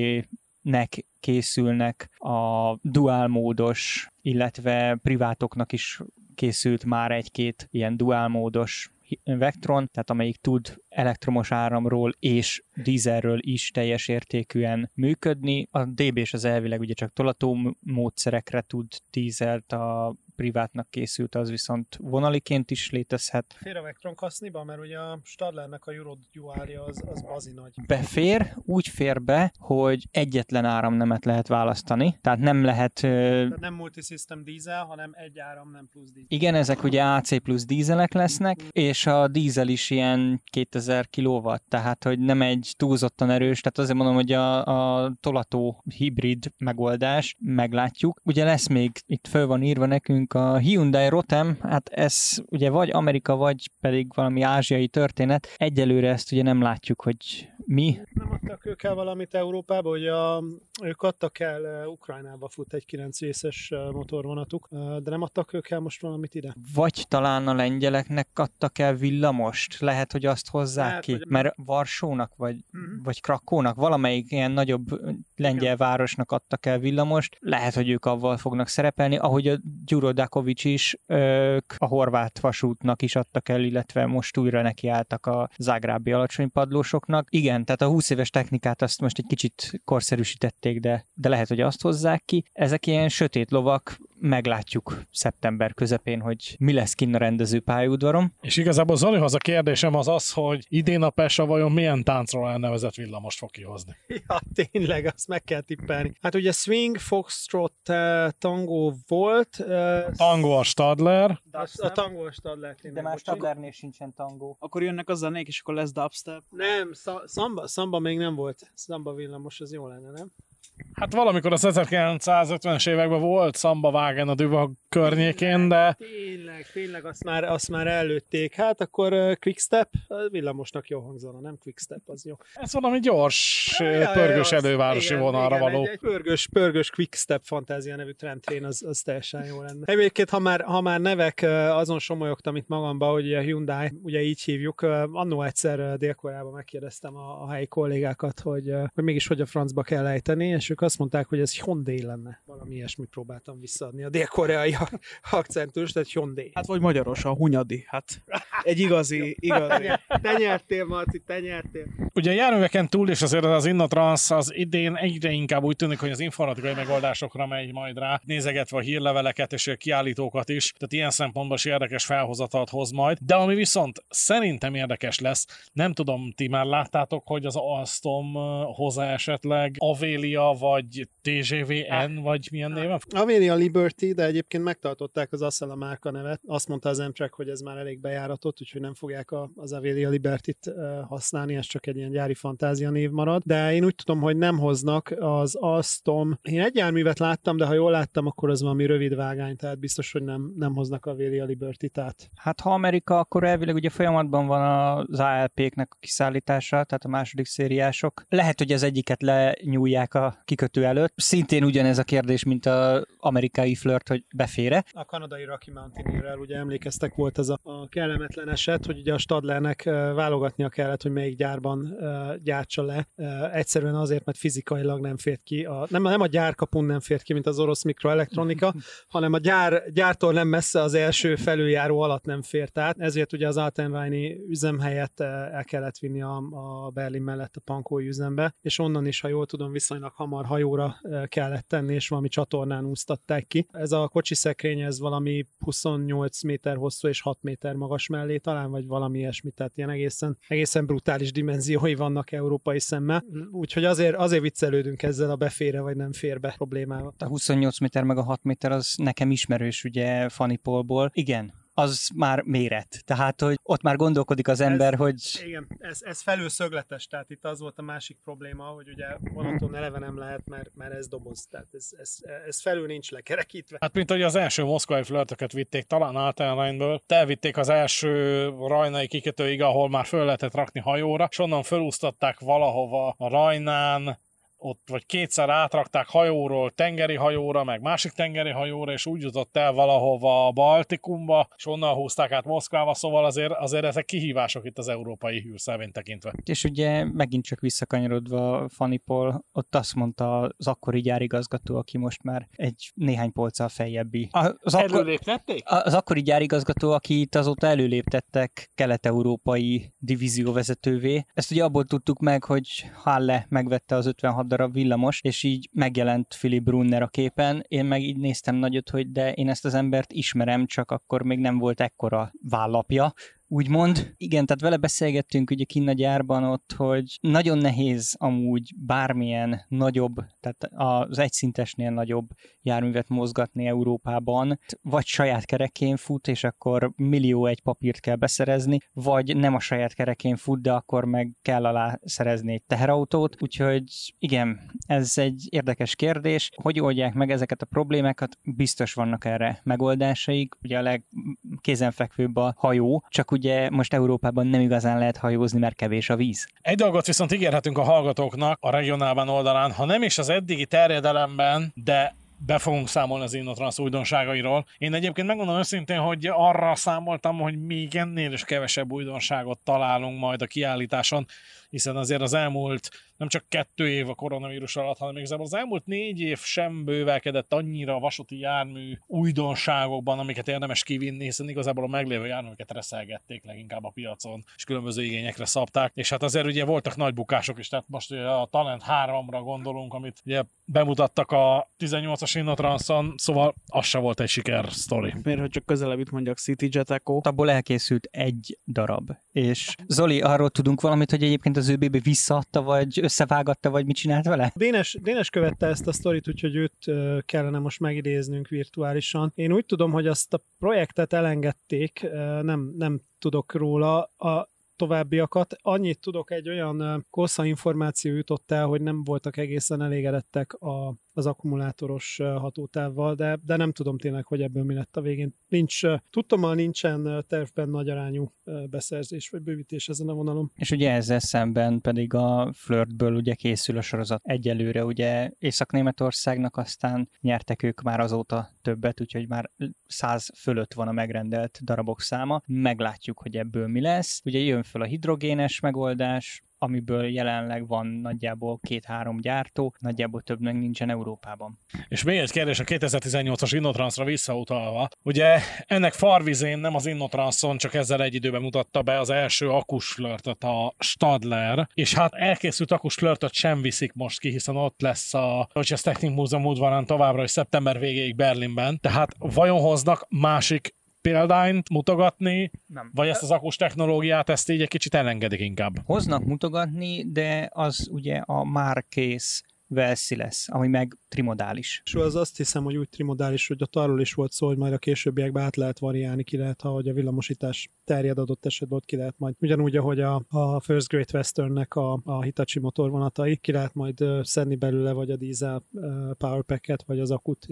DB-nek készülnek a dual módos, illetve privátoknak is készült már egy-két ilyen dual módos Vectron, tehát amelyik tud elektromos áramról és dízelről is teljes értékűen működni. A DB-s az elvileg ugye csak tolató módszerekre tud dízelt, a privátnak készült, az viszont vonaliként is létezhet. Fér a Vectron kaszniba, mert ugye a Stadlernek a Euro Dualja az bazi nagy. Befér, úgy fér be, hogy egyetlen áramnemet lehet választani, tehát nem lehet... Tehát nem multisystem dízel, hanem egy áram, nem plusz dízel. Igen, ezek ugye AC plusz dízelek lesznek, és a dízel is ilyen 2000 kW, tehát hogy nem egy túlzottan erős, tehát azért mondom, hogy a tolató hibrid megoldás, meglátjuk. Ugye lesz még, itt föl van írva nekünk a Hyundai Rotem, hát ez ugye vagy Amerika, vagy pedig valami ázsiai történet. Egyelőre ezt ugye nem látjuk, hogy mi. Nem adtak ők el valamit Európába, hogy ők adtak el, Ukrajnába fut egy 9 részes motorvonatuk, de nem adtak ők el most valamit ide? Vagy talán a lengyeleknek adtak el villamost, lehet, hogy azt hozzák lehet, ki, hogy... mert Varsónak, vagy Krakónak, valamelyik ilyen nagyobb lengyel városnak adtak el villamost, lehet, hogy ők avval fognak szerepelni, ahogy a Gyuro Dakovics is, ők a horvát vasútnak is adtak el, illetve most újra nekiálltak a zágrábi alacsonypadlósoknak. Igen, tehát a 20 éves technikát azt most egy kicsit korszerűsítették, de lehet, hogy azt hozzák ki. Ezek ilyen sötét lovak, meglátjuk szeptember közepén, hogy mi lesz kinn a rendező pályaudvaron. És igazából Zolihoz a kérdésem az, hogy idén a Pesa vajon milyen táncról elnevezett villamost fog kihozni? Ja, tényleg, azt meg kell tippelni. Hát ugye Swing, Foxtrot, Tango volt. Tango a Stadler. A Tango a Stadler. De már Stadlernél sincsen tangó. Akkor jönnek a zenék, és akkor lesz dubstep. Nem, Samba még nem volt. Samba villamos, az jó lenne, nem? Hát valamikor az 1950-es években volt Samba Wagen a Düvag környékén, de... Tényleg, azt már előtték. Hát akkor Quickstep, villamosnak jó hangzana, nem Quickstep, az jó. Ez valami gyors, pörgős elővárosi vonalra való. Egy pörgős Quickstep Fantázia nevű trendtrén, az teljesen jó lenne. Egyébként, ha már nevek, azon somolyogtam itt magamba, hogy a Hyundai, ugye így hívjuk, annó egyszer Dél-Koreában megkérdeztem a helyi kollégákat, hogy mégis hogy a francba kell ejteni, és ők azt mondták, hogy ez Hyundai lenne. Valami ilyesmit próbáltam visszaadni a dél-koreai akcentust, tehát Hyundai. Hát vagy magyaros, a Hunyadi. Hát egy igazi. Te nyertél, Marci, te nyertél. Ugye a járműveken túl, és azért az InnoTrans az idén egyre inkább úgy tűnik, hogy az informatikai megoldásokra megy majd rá, nézegetve a hírleveleket és a kiállítókat is, tehát ilyen szempontból is érdekes felhozatalt hoz majd. De ami viszont szerintem érdekes lesz, nem tudom, ti már láttátok, hogy az Alstom hozzá esetleg Avelia vagy TGVN, vagy milyen néven? Avelia Liberty, de egyébként megtartották az Acela márka nevet. Azt mondta az Amtrak, hogy ez már elég bejáratott, úgyhogy nem fogják az Avelia Liberty-t használni, ez csak egy ilyen gyári fantázia név marad. De én úgy tudom, hogy nem hoznak az Alstom. Én egy járművet láttam, de ha jól láttam, akkor az valami rövid vágány, tehát biztos, hogy nem hoznak Avelia Liberty-t át. Hát ha Amerika, akkor elvileg ugye folyamatban van az ALP-knek a kiszállítása, tehát a második szériások. Lehet, hogy az egyiket lenyúlják a kikötő előtt. Szintén ugyanez a kérdés, mint az amerikai flirt, hogy befére. A kanadai Rocky Mountaineerrel ugye emlékeztek, volt ez a kellemetlen eset, hogy ugye a Stadlernek válogatnia kellett, hogy melyik gyárban gyártsa le. Egyszerűen azért, mert fizikailag nem fért ki. Nem a gyárkapun nem fért ki, mint az orosz mikroelektronika, hanem a gyártól nem messze az első felüljáró alatt nem fért át. Ezért ugye az Altenrheini üzem helyett el kellett vinni a Berlin mellett a Pankói üzembe, és onnan is, ha jól tudom, viszonylag hamar hajóra kellett tenni, és valami csatornán úsztatták ki. Ez a kocsiszekrény, ez valami 28 méter hosszú és 6 méter magas mellé talán, vagy valami ilyesmi, tehát ilyen egészen brutális dimenziói vannak európai szemmel. Úgyhogy azért viccelődünk ezzel a befére vagy nem fér be problémával. A 28 méter meg a 6 méter az nekem ismerős ugye Funnypolból. Igen. Az már méret. Tehát, hogy ott már gondolkodik az ember, hogy... Igen, ez felülszögletes, tehát itt az volt a másik probléma, hogy ugye vonaton eleve nem lehet, mert ez doboz, tehát ez felül nincs lekerekítve. Hát mint hogy az első moszkvai flörtöket vitték talán Altenrheinből, elvitték az első rajnai kikötőig, ahol már föl lehetett rakni hajóra, és onnan felúsztatták valahova a Rajnán, ott vagy kétszer átrakták hajóról tengeri hajóra, meg másik tengeri hajóra, és úgy jutott el valahova a Baltikumba, és onnan húzták át Moszkvába, szóval azért ezek kihívások itt az európai hűrszervényt tekintve. És ugye megint csak visszakanyarodva Funnypol, ott azt mondta az akkori gyárigazgató, aki most már egy néhány polccal feljebbi. Előléptették? Az akkori gyárigazgató, akit azóta előléptettek kelet-európai divízióvezetővé. Ezt ugye abból tudtuk meg, hogy Halle megvette az 56 darab villamos, és így megjelent Philipp Brunner a képen. Én meg így néztem nagyot, hogy de én ezt az embert ismerem, csak akkor még nem volt ekkora vállapja, úgymond. Igen, tehát vele beszélgettünk ugye kinn a gyárban ott, hogy nagyon nehéz amúgy bármilyen nagyobb, tehát az egyszintesnél nagyobb járművet mozgatni Európában, vagy saját kerekén fut, és akkor millió egy papírt kell beszerezni, vagy nem a saját kerekén fut, de akkor meg kell alá szerezni egy teherautót, úgyhogy igen, ez egy érdekes kérdés. Hogy oldják meg ezeket a problémákat? Biztos vannak erre megoldásaik. Ugye a legkézenfekvőbb a hajó, csak ugye most Európában nem igazán lehet hajózni, mert kevés a víz. Egy dolgot viszont ígérhetünk a hallgatóknak a regionálban oldalán, ha nem is az eddigi terjedelemben, de be fogunk számolni az InnoTrans újdonságairól. Én egyébként megmondom őszintén, hogy arra számoltam, hogy még ennél is kevesebb újdonságot találunk majd a kiállításon, hiszen azért az elmúlt nem csak 2 év a koronavírus alatt, hanem igazából az elmúlt 4 év sem bővelkedett annyira a vasúti jármű újdonságokban, amiket érdemes kivinni, hiszen igazából a meglévő járműveket reszelgették leginkább a piacon, és különböző igényekre szabták. És hát azért ugye voltak nagy bukások is, tehát most ugye a Talent 3-ra gondolunk, amit ugye bemutattak a 18-as InnoTranson, szóval az se volt egy sikersztori. Miért, hogy csak közelebb itt mondjak CityJet Eco? Abból elkészült 1 darab. És Zoli, arról tudunk valamit, hogy egyébként az ÖBB visszaadta, vagy összevágatta, vagy mit csinált vele? Dénes követte ezt a sztorit, úgyhogy őt kellene most megidéznünk virtuálisan. Én úgy tudom, hogy azt a projektet elengedték, nem tudok róla. A továbbiakat. Annyit tudok, egy olyan kossza információ jutott el, hogy nem voltak egészen elégedettek az akkumulátoros hatótávval, de nem tudom tényleg, hogy ebből mi lett a végén. Tudtommal nincsen tervben nagyarányú beszerzés vagy bővítés ezen a vonalon. És ugye ezzel szemben pedig a Flirtből ugye készül a sorozat egyelőre, ugye Észak-Németországnak, aztán nyertek ők már azóta többet, úgyhogy már 100 fölött van a megrendelt darabok száma. Meglátjuk, hogy ebből mi lesz. Ugye jön föl a hidrogénes megoldás, amiből jelenleg van nagyjából 2-3 gyártó, nagyjából több meg nincsen Európában. És még egy kérdés a 2018-as Innotranszra visszautalva. Ugye ennek farvizén nem az Innotranszon, csak ezzel egy időben mutatta be az első akusflörtöt a Stadler, és hát elkészült akusflörtöt sem viszik most ki, hiszen ott lesz a Deutsches Technikmuseum udvarán továbbra is szeptember végéig Berlinben. Tehát vajon hoznak másik példányt mutogatni, Nem. vagy ezt az akus technológiát, ezt így egy kicsit elengedik inkább? Hoznak mutogatni, de az ugye a Marquez Velszi lesz, ami meg trimodális. És az azt hiszem, hogy úgy trimodális, hogy ott arról is volt szó, hogy majd a későbbiekben át lehet variálni, ki lehet, ha hogy a villamosítás terjed adott esetben, ott ki lehet majd. Ugyanúgy, ahogy a First Great Westernnek a Hitachi motorvonatai, ki lehet majd szedni belőle, vagy a diesel powerpacket, vagy az akut,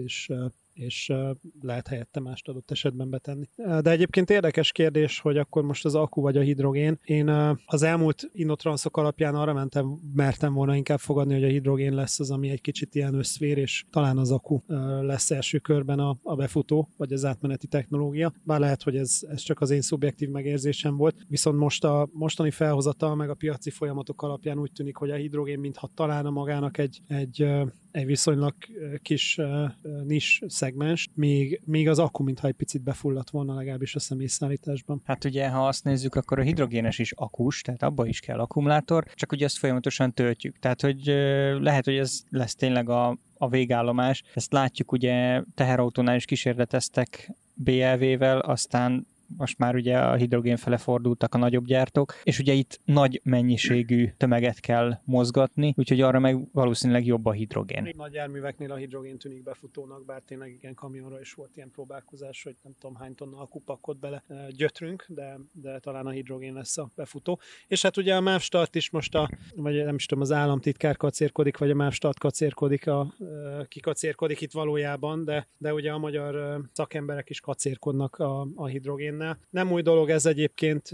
és lehet helyette mást adott esetben betenni. De egyébként érdekes kérdés, hogy akkor most az akku vagy a hidrogén. Én az elmúlt Innotranszok alapján arra mertem volna inkább fogadni, hogy a hidrogén lesz az, ami egy kicsit ilyen összvér, és talán az akku lesz első körben a befutó, vagy az átmeneti technológia. Bár lehet, hogy ez csak az én szubjektív megérzésem volt, viszont most a mostani felhozatal meg a piaci folyamatok alapján úgy tűnik, hogy a hidrogén mintha találna magának egy viszonylag kis nis szegmens, még az akku mintha egy picit befulladt volna, legalábbis a személyszállításban. Hát ugye, ha azt nézzük, akkor a hidrogénes is akus, tehát abba is kell akkumulátor, csak ugye azt folyamatosan töltjük. Tehát, hogy lehet, hogy ez lesz tényleg a végállomás. Ezt látjuk ugye teherautónál is kísérleteztek BLV-vel, aztán most már ugye a hidrogén fele fordultak a nagyobb gyártók, és ugye itt nagy mennyiségű tömeget kell mozgatni, úgyhogy arra meg valószínűleg jobb a hidrogén. Nagy járműveknél a hidrogén tűnik befutónak, bár tényleg igen, kamionra is volt ilyen próbálkozás, hogy nem tudom hány tonna akupakot bele gyötrünk, de talán a hidrogén lesz a befutó. És hát ugye a MÁV Start is most vagy nem is tudom, az államtitkár kacérkodik, vagy a MÁV Start kacérkodik, ki kacérkodik itt valójában, de ugye a magyar szakemberek is kacérkodnak a hidrogénnel. Nem új dolog ez egyébként,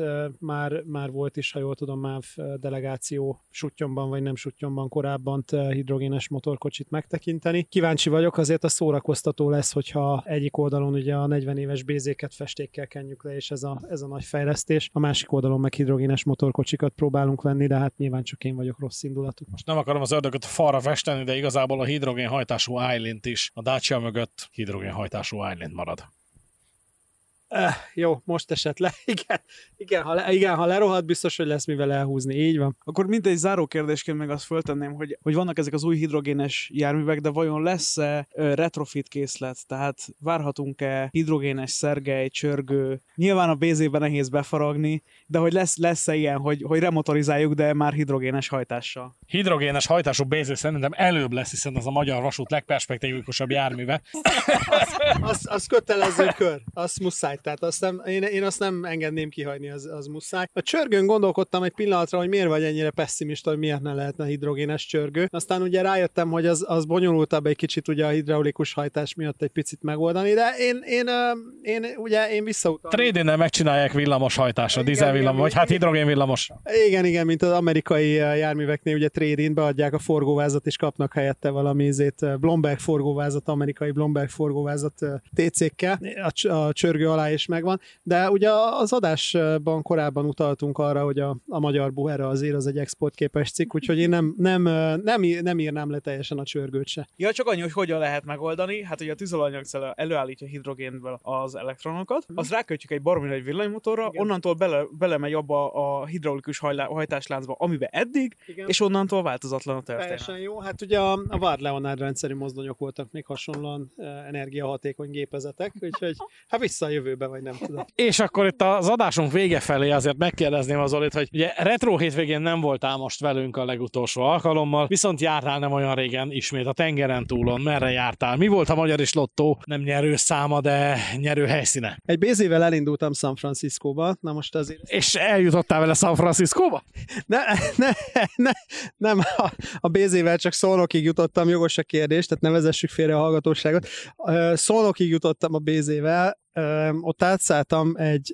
már volt is, ha jól tudom, MÁV delegáció Suttyonban vagy nem Suttyonban korábban hidrogénes motorkocsit megtekinteni. Kíváncsi vagyok, azért a szórakoztató lesz, hogyha egyik oldalon ugye a 40 éves BZ-ket festékkel kenjük le, és ez a nagy fejlesztés. A másik oldalon meg hidrogénes motorkocsikat próbálunk venni, de hát nyilván csak én vagyok rossz indulatú. Most nem akarom az ördögöt a falra festeni, de igazából a hidrogénhajtású Island is a Dacia mögött hidrogénhajtású Island marad. Jó, most esett le. Igen, ha lerohad, biztos, hogy lesz mivel elhúzni. Így van. Akkor mint egy záró kérdésként meg azt föltenném, hogy vannak ezek az új hidrogénes járművek, de vajon lesz-e retrofit készlet? Tehát várhatunk-e hidrogénes szergely, csörgő? Nyilván a BZ-ben nehéz befaragni, de hogy lesz-e ilyen, hogy remotorizáljuk, de már hidrogénes hajtással? Hidrogénes hajtású BZ szerintem előbb lesz, hiszen az a magyar vasút legperspektívikusabb járműve. Az kötelező kör. Az muszáj. Tehát én azt nem engedném kihagyni, az muszáj. A csörgőn gondolkodtam egy pillanatra, hogy miért vagy ennyire pessimista, hogy miért ne lehetne hidrogénes csörgő. Aztán ugye rájöttem, hogy az bonyolultabb egy kicsit ugye a hidraulikus hajtás miatt egy picit megoldani, de én visszautalom. Trade-innel megcsinálják villamos hajtásra, dízel villamos, vagy hát hidrogén villamos. Igen, mint az amerikai járműveknél ugye trade-in beadják a forgóvázat, és kapnak helyette valami Blomberg forgóvázat, amerikai Blomberg forgóvázat TC-kkel. A csörgő alá is megvan, de ugye az adásban korábban utaltunk arra, hogy a magyar Buhera azért az egy exportképes cikk, úgyhogy én nem írnám le teljesen a csörgőt se. Ja, csak annyi, hogy hogyan lehet megoldani. Hát ugye a tüzelőanyagcell előállítja hidrogénből az elektronokat, azt rákötjük egy baromi nagy villanymotorra, igen. Onnantól belemegy abba a hidraulikus hajtásláncba, amiben eddig, igen. És onnantól változatlan a történet. Teljesen jó, hát ugye a Vard Leonard rendszerű mozdonyok voltak még hasonlóan energiahatékony gépezetek, úgyhogy hát vissza a jövőbe, vagy nem tudom. És akkor itt az adásunk vége felé azért megkérdezném az Zolit, hogy ugye retro hétvégén nem voltál most velünk a legutolsó alkalommal, viszont jártál nem olyan régen ismét a tengeren túlon. Merre jártál? Mi volt a magyar is lottó? Nem nyerő száma, de nyerő helyszíne. Egy BZ-vel elindultam San Franciscóba, na most azért... És eljutottál vele San Franciscóba? Nem, a BZ-vel csak Szolnokig jutottam, jogos a kérdés, tehát ne vezessük félre a hallgatóságot. Szolnokig jutottam a BZ-vel, ott átszálltam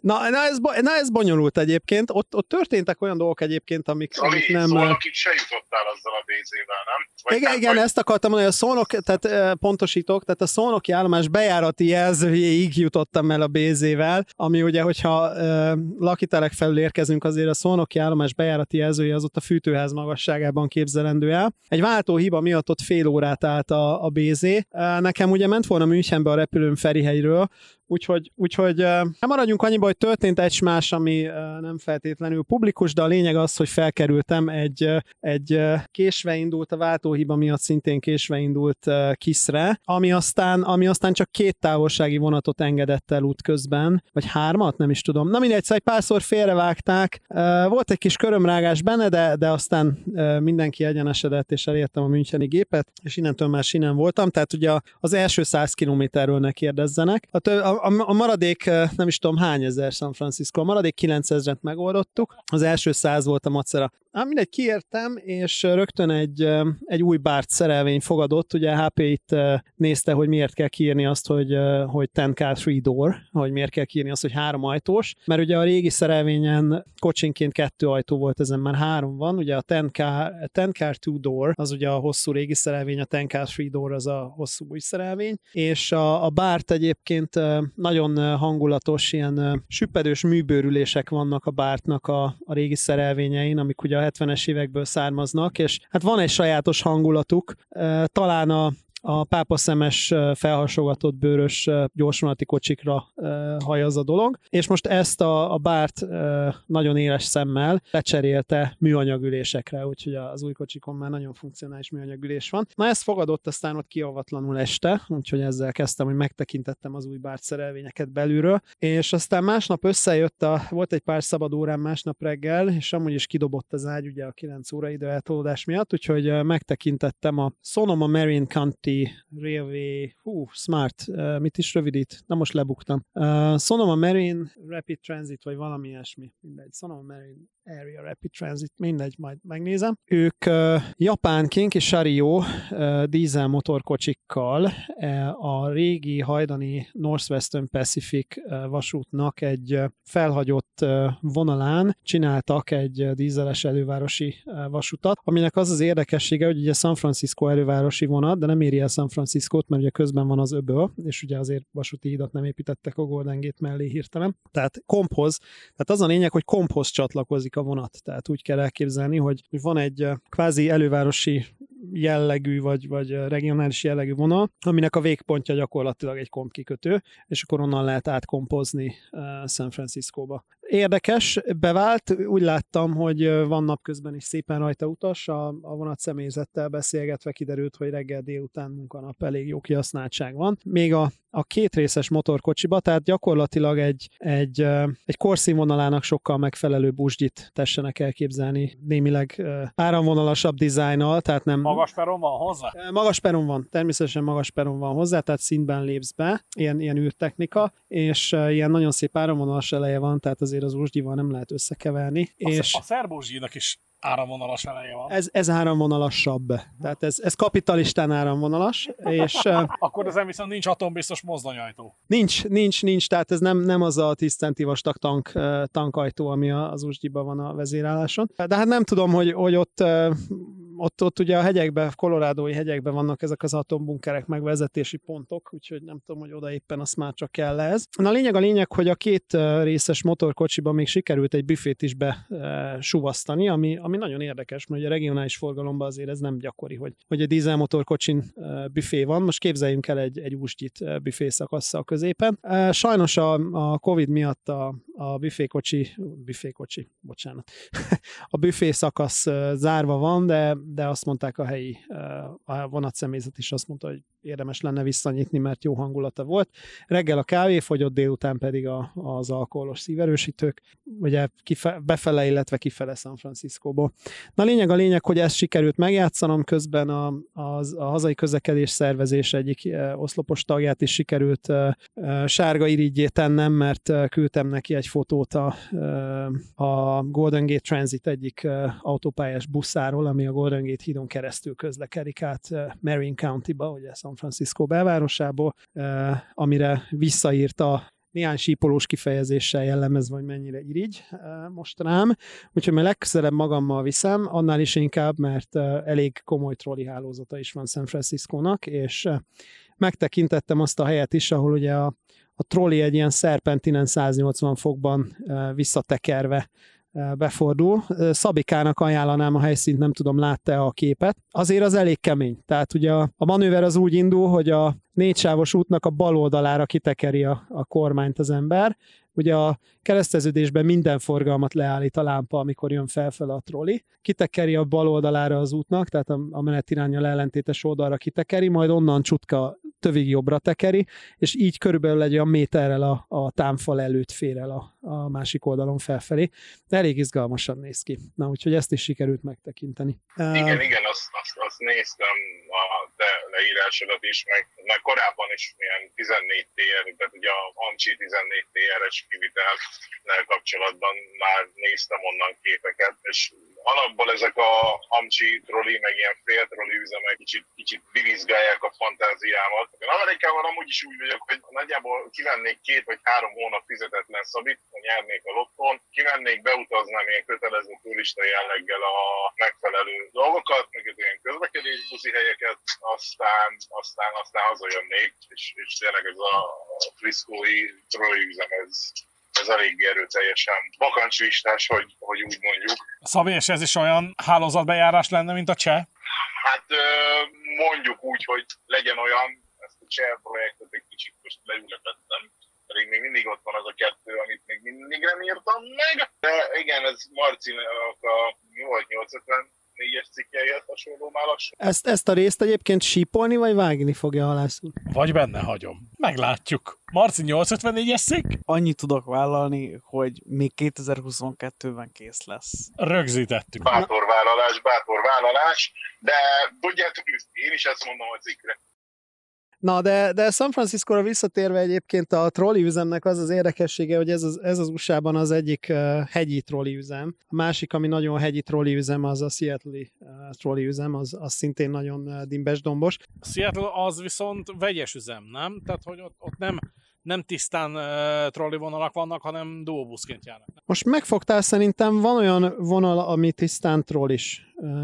ez bonyolult egyébként, ott történtek olyan dolgok egyébként, amik nem... Szolnokig se jutottál azzal a BZ-vel, nem? Igen, ezt akartam mondani, a Szolnok, tehát pontosítok, tehát a szolnoki állomás bejárati jelzőjéig jutottam el a BZ-vel, ami ugye, hogyha lakitelek felül érkezünk, azért a szolnoki állomás bejárati jelzője az ott a fűtőház magasságában képzelendő el. Egy váltóhiba miatt ott fél órát állt a BZ. Nekem ugye ment volna Münchenbe a repülőm Ferihegyről, úgyhogy maradjunk annyiba, hogy történt egymás, ami nem feltétlenül publikus, de a lényeg az, hogy felkerültem egy késve indult, a váltóhiba miatt szintén késve indult Kiszre, ami aztán csak 2 távolsági vonatot engedett el útközben, vagy 3, nem is tudom. Na mindegy, szóval egy párszor félrevágták, volt egy kis körömrágás benne, de aztán mindenki egyenesedett, és elértem a müncheni gépet, és innentől már sinen voltam, tehát ugye az első 100 kilométerről ne kérdezzenek. A maradék, nem is tudom hány ezer San Francisco, a maradék 9000-et megoldottuk, az első 100 volt a macera. Mindegy, kiértem, és rögtön egy új BART szerelvény fogadott, ugye a HP itt nézte, hogy miért kell kiírni azt, hogy 10 car 3 door, hogy miért kell kiírni azt, hogy 3 ajtós, mert ugye a régi szerelvényen kocsinként 2 ajtó volt, ezen már 3 van, ugye a 10 car 2 door, az ugye a hosszú régi szerelvény, a 10 car 3 door az a hosszú új szerelvény, és a BART egyébként nagyon hangulatos, ilyen süppedős műbőrülések vannak a BART-nak a régi szerelvényein, amik ugye a 70-es évekből származnak, és hát van egy sajátos hangulatuk, talán a pápaszemes felhasogatott bőrös gyorsvonati kocsikra hajaz a dolog, és most ezt a BART nagyon éles szemmel lecserélte műanyagülésekre, úgyhogy az új kocsikon már nagyon funkcionális műanyagülés van. Na ezt fogadott aztán ott kiavatlanul este, úgyhogy ezzel kezdtem, hogy megtekintettem az új BART szerelvényeket belülről, és aztán másnap összejött, volt egy pár szabad órám másnap reggel, és amúgy is kidobott az ágy ugye a 9 óra idő eltolódás miatt, úgyhogy megtekintettem a Sonoma Marin County Railway, smart, mit is rövidít? Na most lebuktam. Sonoma Marin Rapid Transit, vagy valami ilyesmi, mindegy. Sonoma Marin Area Rapid Transit, mindegy, majd megnézem. Ők japán Kinki Shario dízel motorkocsikkal a régi hajdani Northwestern Pacific vasútnak egy felhagyott vonalán csináltak egy dízeles elővárosi vasutat, aminek az érdekessége, hogy ugye San Francisco elővárosi vonat, de nem éri el San Franciscót, mert ugye közben van az öböl, és ugye azért vasúti hidat nem építettek a Golden Gate mellé hirtelen. Tehát komphoz, tehát az a lényeg, hogy komphoz csatlakozik a vonat. Tehát úgy kell elképzelni, hogy van egy kvázi elővárosi jellegű, vagy regionális jellegű vonal, aminek a végpontja gyakorlatilag egy kompkikötő, és akkor onnan lehet átkompozni San Franciscóba. Érdekes, bevált, úgy láttam, hogy van napközben is szépen rajta utas, a vonat személyzettel beszélgetve kiderült, hogy reggel délután munkanap elég jó kihasználtság van. Még a 2 részes motorkocsiba, tehát gyakorlatilag egy korszínvonalának sokkal megfelelőbb usdit tessenek elképzelni, némileg áramvonalasabb dizájnnal, tehát nem... Magas peron van hozzá? Magas peron van, természetesen magas peron van hozzá, tehát szintben lépsz be, ilyen űrtechnika, és ilyen nagyon szép áramvonalas eleje van, tehát azért az usdival nem lehet összekeverni. A szerbózsínak is áramvonalas eleje van. Ez áramvonalasabb. Tehát ez kapitalistán áramvonalas. És, akkor ezen viszont nincs atombiztos mozdonyajtó. Nincs, tehát ez nem az a 10 centi vastag tankajtó, ami az usdiban van a vezérálláson. De hát nem tudom, hogy ott ugye a hegyekben, Colorado-i hegyekben vannak ezek az atombunkerek, meg vezetési pontok, úgyhogy nem tudom, hogy oda éppen azt már csak kell ez. Na a lényeg, hogy a 2 részes motorkocsiban még sikerült egy büfét is besuvasztani, ami nagyon érdekes, mert a regionális forgalomban azért ez nem gyakori, hogy a dízelmotorkocsin büfé van. Most képzeljünk el egy úsgyit büfé szakasszal középen. Sajnos a Covid miatt a büfékocsi, bocsánat. A büfé szakasz zárva van, de azt mondták a helyi vonatszemélyzet is azt mondta, hogy érdemes lenne visszanyitni, mert jó hangulata volt. Reggel a kávé fogyott, délután pedig az alkoholos szíverősítők, ugye befele, illetve kifele San Franciscóból. Na a lényeg, hogy ezt sikerült megjátszanom, közben a hazai közlekedés szervezés egyik oszlopos tagját is sikerült sárga iriggyé tennem, mert küldtem neki egy fotót a Golden Gate Transit egyik autópályás buszáról, ami a Golden Gate hídon keresztül közlekedik át Marin County-ba, ugye San Francisco belvárosából, amire néhány sípolós kifejezéssel jellemez, vagy mennyire irigy most rám. Úgyhogy majd legközelebb magammal viszem, annál is inkább, mert elég komoly trolli hálózata is van San Franciscónak, és megtekintettem azt a helyet is, ahol ugye a trolli egy ilyen szerpentinen 180 fokban visszatekerve befordul. Szabikának ajánlanám a helyszínt, nem tudom, látta a képet. Azért az elég kemény. Tehát ugye a manőver az úgy indul, hogy a 4-sávos útnak a bal oldalára kitekeri a kormányt az ember. Ugye a kereszteződésben minden forgalmat leállít a lámpa, amikor jön felfele a trolli. Kitekeri a bal oldalára az útnak, tehát a menetiránnyal ellentétes oldalra kitekeri, majd onnan csutka tövig jobbra tekeri, és így körülbelül egy olyan méterrel a támfal előtt fér el a másik oldalon felfelé. De elég izgalmasan néz ki. Na, úgyhogy ezt is sikerült megtekinteni. Igen, azt néztem a te leírásodat is, meg korábban is ilyen 14 TR, tehát ugye a Amcsi 14 TR-es kivitellel kapcsolatban már néztem onnan képeket, és alapból ezek a Amcsi trolli, meg ilyen fél trolli üzemek kicsit birizgálják a fantáziámat. Én Amerikában amúgy is úgy vagyok, hogy nagyjából kivennék 2 vagy 3 hónap fizetetlen szabit, ha nyernék a lottón, kimennék, beutaznám ilyen kötelező turista jelleggel a megfelelő dolgokat, meg ilyen közlekedésbuszi helyeket, aztán hazajönnék, és tényleg ez a friszkói trolli üzem, ez eléggé erőteljesen bakancslistás, hogy úgy mondjuk. Szabi, és ez is olyan hálózatbejárás lenne, mint a cseh? Hát mondjuk úgy, hogy legyen olyan, ezt a cseh projektet egy kicsit most leülepettem, pedig még mindig ott van az a 2, amit még mindig nem írtam meg. De igen, ez Marcinak mi volt 854-es cikkeljét hasonló málas. Ezt a részt egyébként sípolni, vagy vágni fogja a halászul? Vagy benne hagyom. Meglátjuk. Marci 854-es cikk? Annyit tudok vállalni, hogy még 2022-ben kész lesz. Rögzítettük. Bátor vállalás, de tudjátok, én is ezt mondom a cikkre. Na, de San Franciscóra visszatérve egyébként a trolli üzemnek az érdekessége, hogy ez az USA-ban az egyik hegyi trolli üzem. A másik, ami nagyon hegyi trolli üzem, az a Seattle-i trolli üzem, az szintén nagyon dimbes-dombos. Seattle az viszont vegyes üzem, nem? Tehát, hogy ott nem tisztán trolli vonalak vannak, hanem duóbuszként járnak. Most megfogtál, szerintem van olyan vonal, ami tisztán troll is.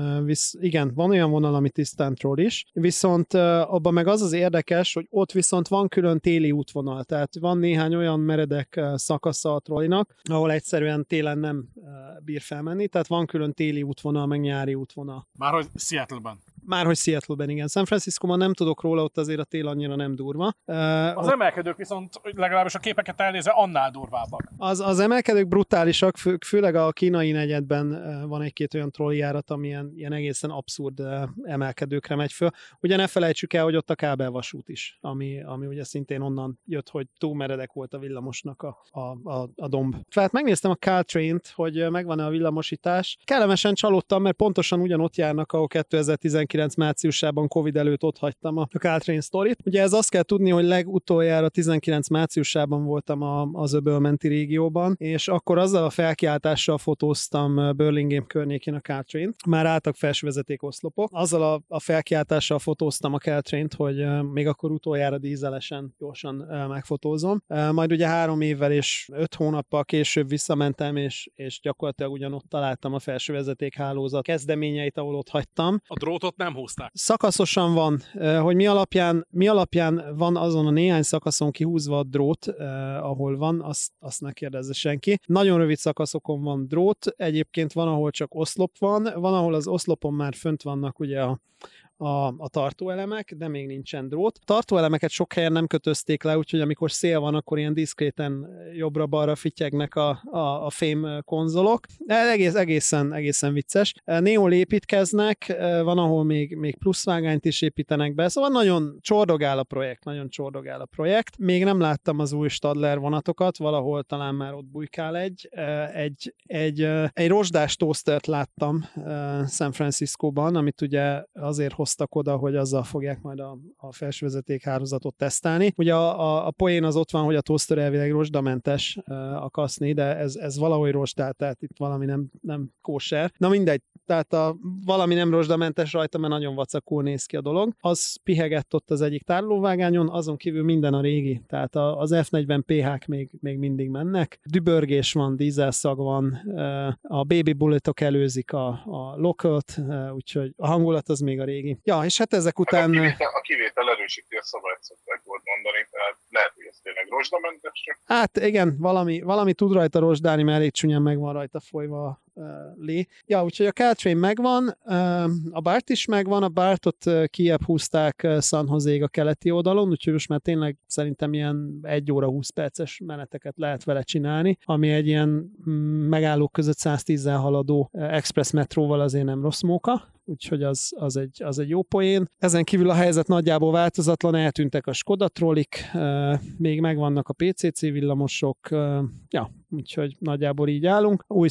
Igen, van olyan vonal, ami tisztán troll is, viszont abban meg az érdekes, hogy ott viszont van külön téli útvonal, tehát van néhány olyan meredek szakasza a trollinak, ahol egyszerűen télen nem bír felmenni, tehát van külön téli útvonal, meg nyári útvonal. Márhogy Seattle-ben. Márhogy Seattle-ben, igen. San Franciscóban nem tudok róla, ott azért a tél annyira nem durva. Az emelkedők viszont legalábbis a képeket elnézve annál durvábbak. Az emelkedők brutálisak, főleg a kínai negyedben van egy-két olyan trolljárat, ami ilyen egészen abszurd emelkedőkre megy föl. Ugye ne felejtsük el, hogy ott a kábelvasút is, ami ugye szintén onnan jött, hogy túl meredek volt a villamosnak a domb. Tehát megnéztem a Caltrain-t, hogy megvan-e a villamosítás. Kellemesen csalódtam, mert pontosan ugyanott járnak, ahol 2019 márciusában Covid előtt ott hagytam a Caltrain sztorit. Ugye ez azt kell tudni, hogy legutoljára 19 márciusában voltam az öbölmenti régióban, és akkor azzal a felkiáltással fotóztam Burlingame környékén a Caltrain-t. Már álltak felsővezeték oszlopok. Azzal a felkiáltással fotóztam a Caltrain-t, hogy még akkor utoljára dízelesen gyorsan megfotózom. Majd ugye 3 évvel és 5 hónappal később visszamentem, és gyakorlatilag ugyanott találtam a felsővezeték hálózat kezdeményeit, ahol ott hagytam. A drótot nem húzták. Szakaszosan van, hogy mi alapján van azon a néhány szakaszon kihúzva a drót, ahol van, azt ne kérdezze senki. Nagyon rövid szakaszokon van drót, egyébként van, ahol csak oszlop van, ahol az oszlopon már fönt vannak ugye a tartóelemek, de még nincsen drót. A tartóelemeket sok helyen nem kötözték le, úgyhogy amikor szél van, akkor ilyen diszkréten jobbra-balra fittyegnek a fém konzolok. Egészen vicces. Néhol építkeznek, van, ahol még plusz vágányt is építenek be, szóval nagyon csordogál a projekt. Még nem láttam az új Stadler vonatokat, valahol talán már ott bujkál egy rozsdás toastert láttam San Franciscóban, amit ugye azért hoztam utaztak oda, hogy azzal fogják majd a felsővezeték hálózatot tesztelni. Ugye a poén az ott van, hogy a toaster elvileg rozsdamentes a kaszni, de ez valahogy rozsdát, tehát itt valami nem kóser. Na mindegy, tehát valami nem rozsdamentes rajta, mert nagyon vacakul néz ki a dolog. Az pihegett ott az egyik tárolóvágányon, azon kívül minden a régi, tehát az F40 PH-k még mindig mennek. Dübörgés van, dízelszag van, a Baby Bulletok előzik a Localt, úgyhogy a hangulat az még a régi. Ja, és hát ezek után... A kivétel erősíti a szabályt, szokták volt mondani, tehát lehet, hogy ez tényleg rozsdamentes. Hát igen, valami tud rajta rozsdálni, mert elég csúnyán meg van rajta folyva lé. Ja, úgyhogy a Caltrain megvan, a BART is megvan, a BART-ot kijebb húzták San Joséig a keleti oldalon, úgyhogy most már tényleg szerintem ilyen 1 óra 20 perces meneteket lehet vele csinálni, ami egy ilyen megállók között 110-zel haladó express metróval azért nem rossz móka, úgyhogy az egy jó poén. Ezen kívül a helyzet nagyjából változatlan, eltűntek a Skoda trollik, még megvannak a PCC villamosok, ja, úgyhogy nagyjából így állunk. Új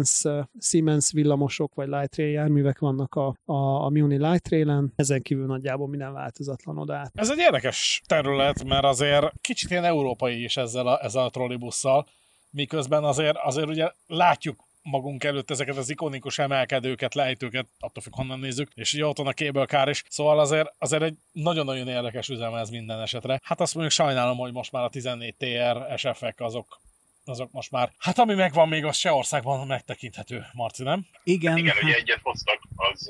Siemens villamosok vagy light rail járművek vannak a Muni light railen, ezen kívül nagyjából minden változatlan oda át. Ez egy érdekes terület, mert azért kicsit ilyen európai is ezzel a trollibusszal, miközben azért ugye látjuk magunk előtt ezeket az ikonikus emelkedőket, lejtőket, attól függ, honnan nézzük, és ugye ott van a cable car is, szóval azért egy nagyon-nagyon érdekes üzem ez minden esetre. Hát azt mondjuk sajnálom, hogy most már a 14 TR SF-ek azok most már, hát ami megvan még, az Csehországban megtekinthető, Marci, nem? Igen. Igen, ugye egyet hoztak, az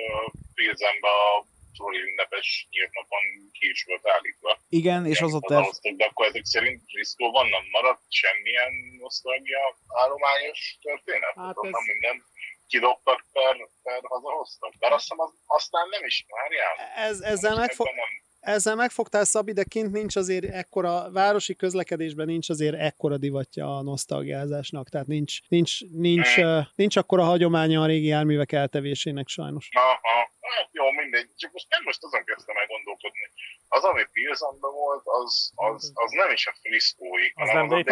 Pilsenbe a trolli ünnepes nyílt napon ki is volt állítva. Igen, és az a terv... De akkor ezek szerint Briscoe-ban nem maradt semmilyen nosztalgia állományos történet? Hát ez... minden kidobtak per hazahoztak. De azt hiszem, aztán nem is várjál. Ezzel megfogtál, Szabi, de kint nincs azért ekkora, városi közlekedésben nincs azért ekkora divatja a nosztalgiázásnak, tehát nincs akkora hagyománya a régi járművek eltevésének sajnos. Aha, hát jó, mindegy, csak most azon kezdtem el gondolkodni. Az, ami Pilsenben volt, az nem is a Frisco-i, hanem az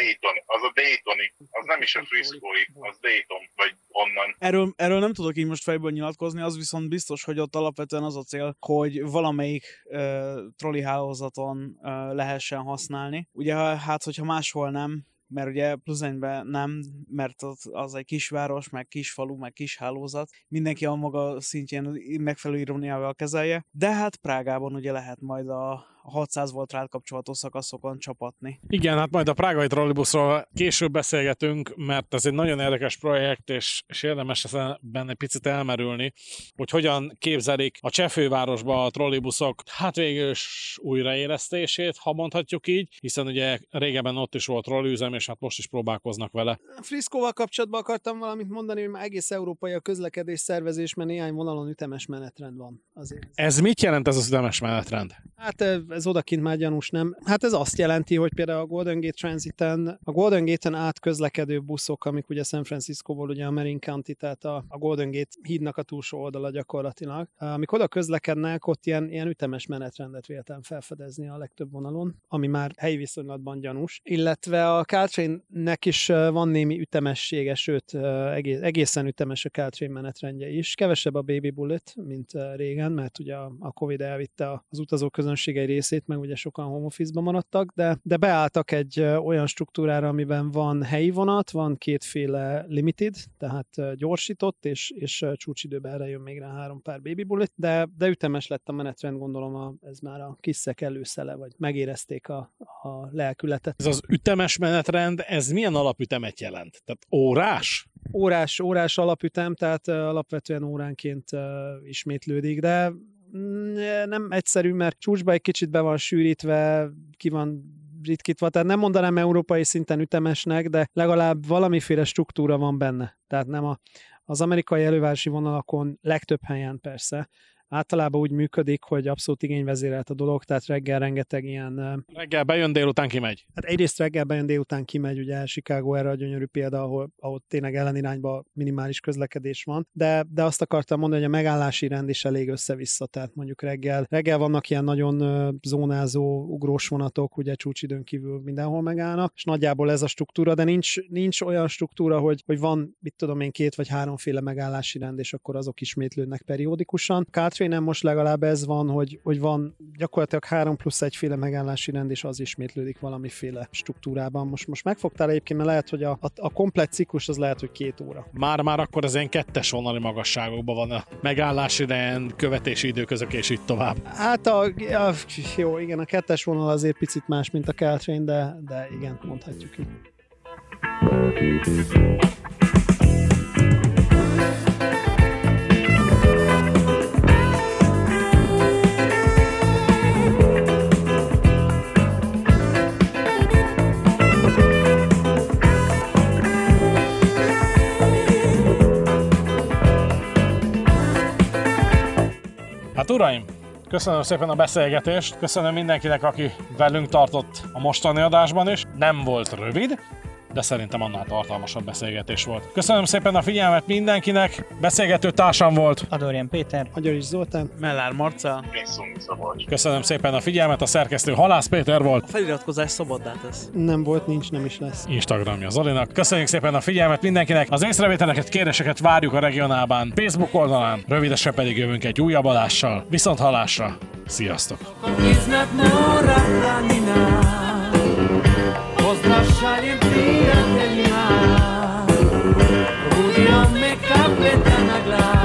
a Daytoni, az nem is a Frisco-i, az Dayton, vagy onnan. Erről nem tudok így most fejből nyilatkozni, az viszont biztos, hogy ott alapvetően az a cél, hogy valamelyik trolli hálózaton lehessen használni. Ugye hát, hogyha máshol nem, mert ugye Plzeňben nem, mert az egy kisváros, meg kisfalu, meg kis hálózat. Mindenki a maga szintjén megfelelő iróniával kezelje, de hát Prágában ugye lehet majd a 600 volt rátkapcsolható szakaszokon csapatni. Igen, hát majd a prágai trollibuszról később beszélgetünk, mert ez egy nagyon érdekes projekt, és érdemes benne egy picit elmerülni, hogy hogyan képzelik a cseh fővárosba a trollibuszok hát végül is újraélesztését, ha mondhatjuk így, hiszen ugye régebben ott is volt trolliüzem, és hát most is próbálkoznak vele. Friscoval kapcsolatban akartam valamit mondani, hogy már egész európai a közlekedés szervezés, mert néhány vonalon ütemes menetrend van. Azért. Ez mit jelent ez az ütemes menetrend? Hát ez odakint már gyanús, nem? Hát ez azt jelenti, hogy például a Golden Gate Transiten, a Golden Gate-en át közlekedő buszok, amik ugye San Franciscóból ugye a Marin County, tehát a Golden Gate hídnak a túlsó oldala gyakorlatilag. Amik oda közlekednek, ott ilyen ütemes menetrendet véltem felfedezni a legtöbb vonalon, ami már helyi viszonylatban gyanús. Illetve a Caltrainnek is van némi ütemessége, sőt egészen ütemes a Caltrain menetrendje is. Kevesebb a Baby Bullet, mint régen, mert ugye a Covid elvitte az utazó közönség egy részét, meg ugye sokan home office-ban maradtak, de beálltak egy olyan struktúrára, amiben van helyi vonat, van kétféle limited, tehát gyorsított, és csúcsidőben erre jön még rá 3 pár Baby Bullet, de ütemes lett a menetrend, gondolom ez már a kisszek előszele, vagy megérezték a lelkületet. Ez az ütemes menetrend, ez milyen alapütemet jelent? Tehát órás? Órás alapütem, tehát alapvetően óránként ismétlődik, de nem egyszerű, mert csúcsba egy kicsit be van sűrítve, ki van ritkítva, tehát nem mondanám európai szinten ütemesnek, de legalább valamiféle struktúra van benne. Tehát nem az amerikai elővárosi vonalakon legtöbb helyen persze, általában úgy működik, hogy abszolút igényvezérelt a dolog, tehát reggel rengeteg ilyen... Reggel bejön, délután kimegy. Hát egyrészt reggel bejön, délután kimegy, ugye Chicago erre a gyönyörű példa, ahol tényleg ellenirányban minimális közlekedés van, de azt akartam mondani, hogy a megállási rend is elég össze-vissza, tehát mondjuk reggel vannak ilyen nagyon zónázó ugrós vonatok, ugye csúcsidőn kívül mindenhol megállnak, és nagyjából ez a struktúra, de nincs olyan struktúra, hogy van, mit tudom én, 2 vagy 3 féle megállási rend, és akkor azok ismétlődnek periódikusan. Caltrain-en most legalább ez van, hogy van gyakorlatilag 3+1 féle megállási rend, és az ismétlődik valamiféle struktúrában. Most megfogtál egyébként, mert lehet, hogy a komplet ciklus az lehet, hogy 2 óra. Már akkor az ilyen 2-es vonali magasságokban van a megállási rend, követési időközök és így tovább. Hát jó, igen, a 2-es vonal azért picit más, mint a Caltrain, de igen, mondhatjuk így. Hát uraim, köszönöm szépen a beszélgetést, köszönöm mindenkinek, aki velünk tartott a mostani adásban is. Nem volt rövid, de szerintem annál tartalmasabb beszélgetés volt. Köszönöm szépen a figyelmet mindenkinek, beszélgető társam volt Adorján Péter, Magyaris Zoltán, Mellár Marcell. Én Szumi Szabolcs. köszönöm szépen a figyelmet, a szerkesztő Halász Péter volt. A feliratkozás szabaddá tesz. nem volt, nincs, nem is lesz. Instagramja Zolinak. Köszönjük szépen a figyelmet mindenkinek, az észrevételeket, kéréseket várjuk a Regionálban Facebook oldalán, rövidesen pedig jövünk egy újabb adással. Viszont hallásra, sziasztok! Szaljem prijateljima, budio me kapetana glas.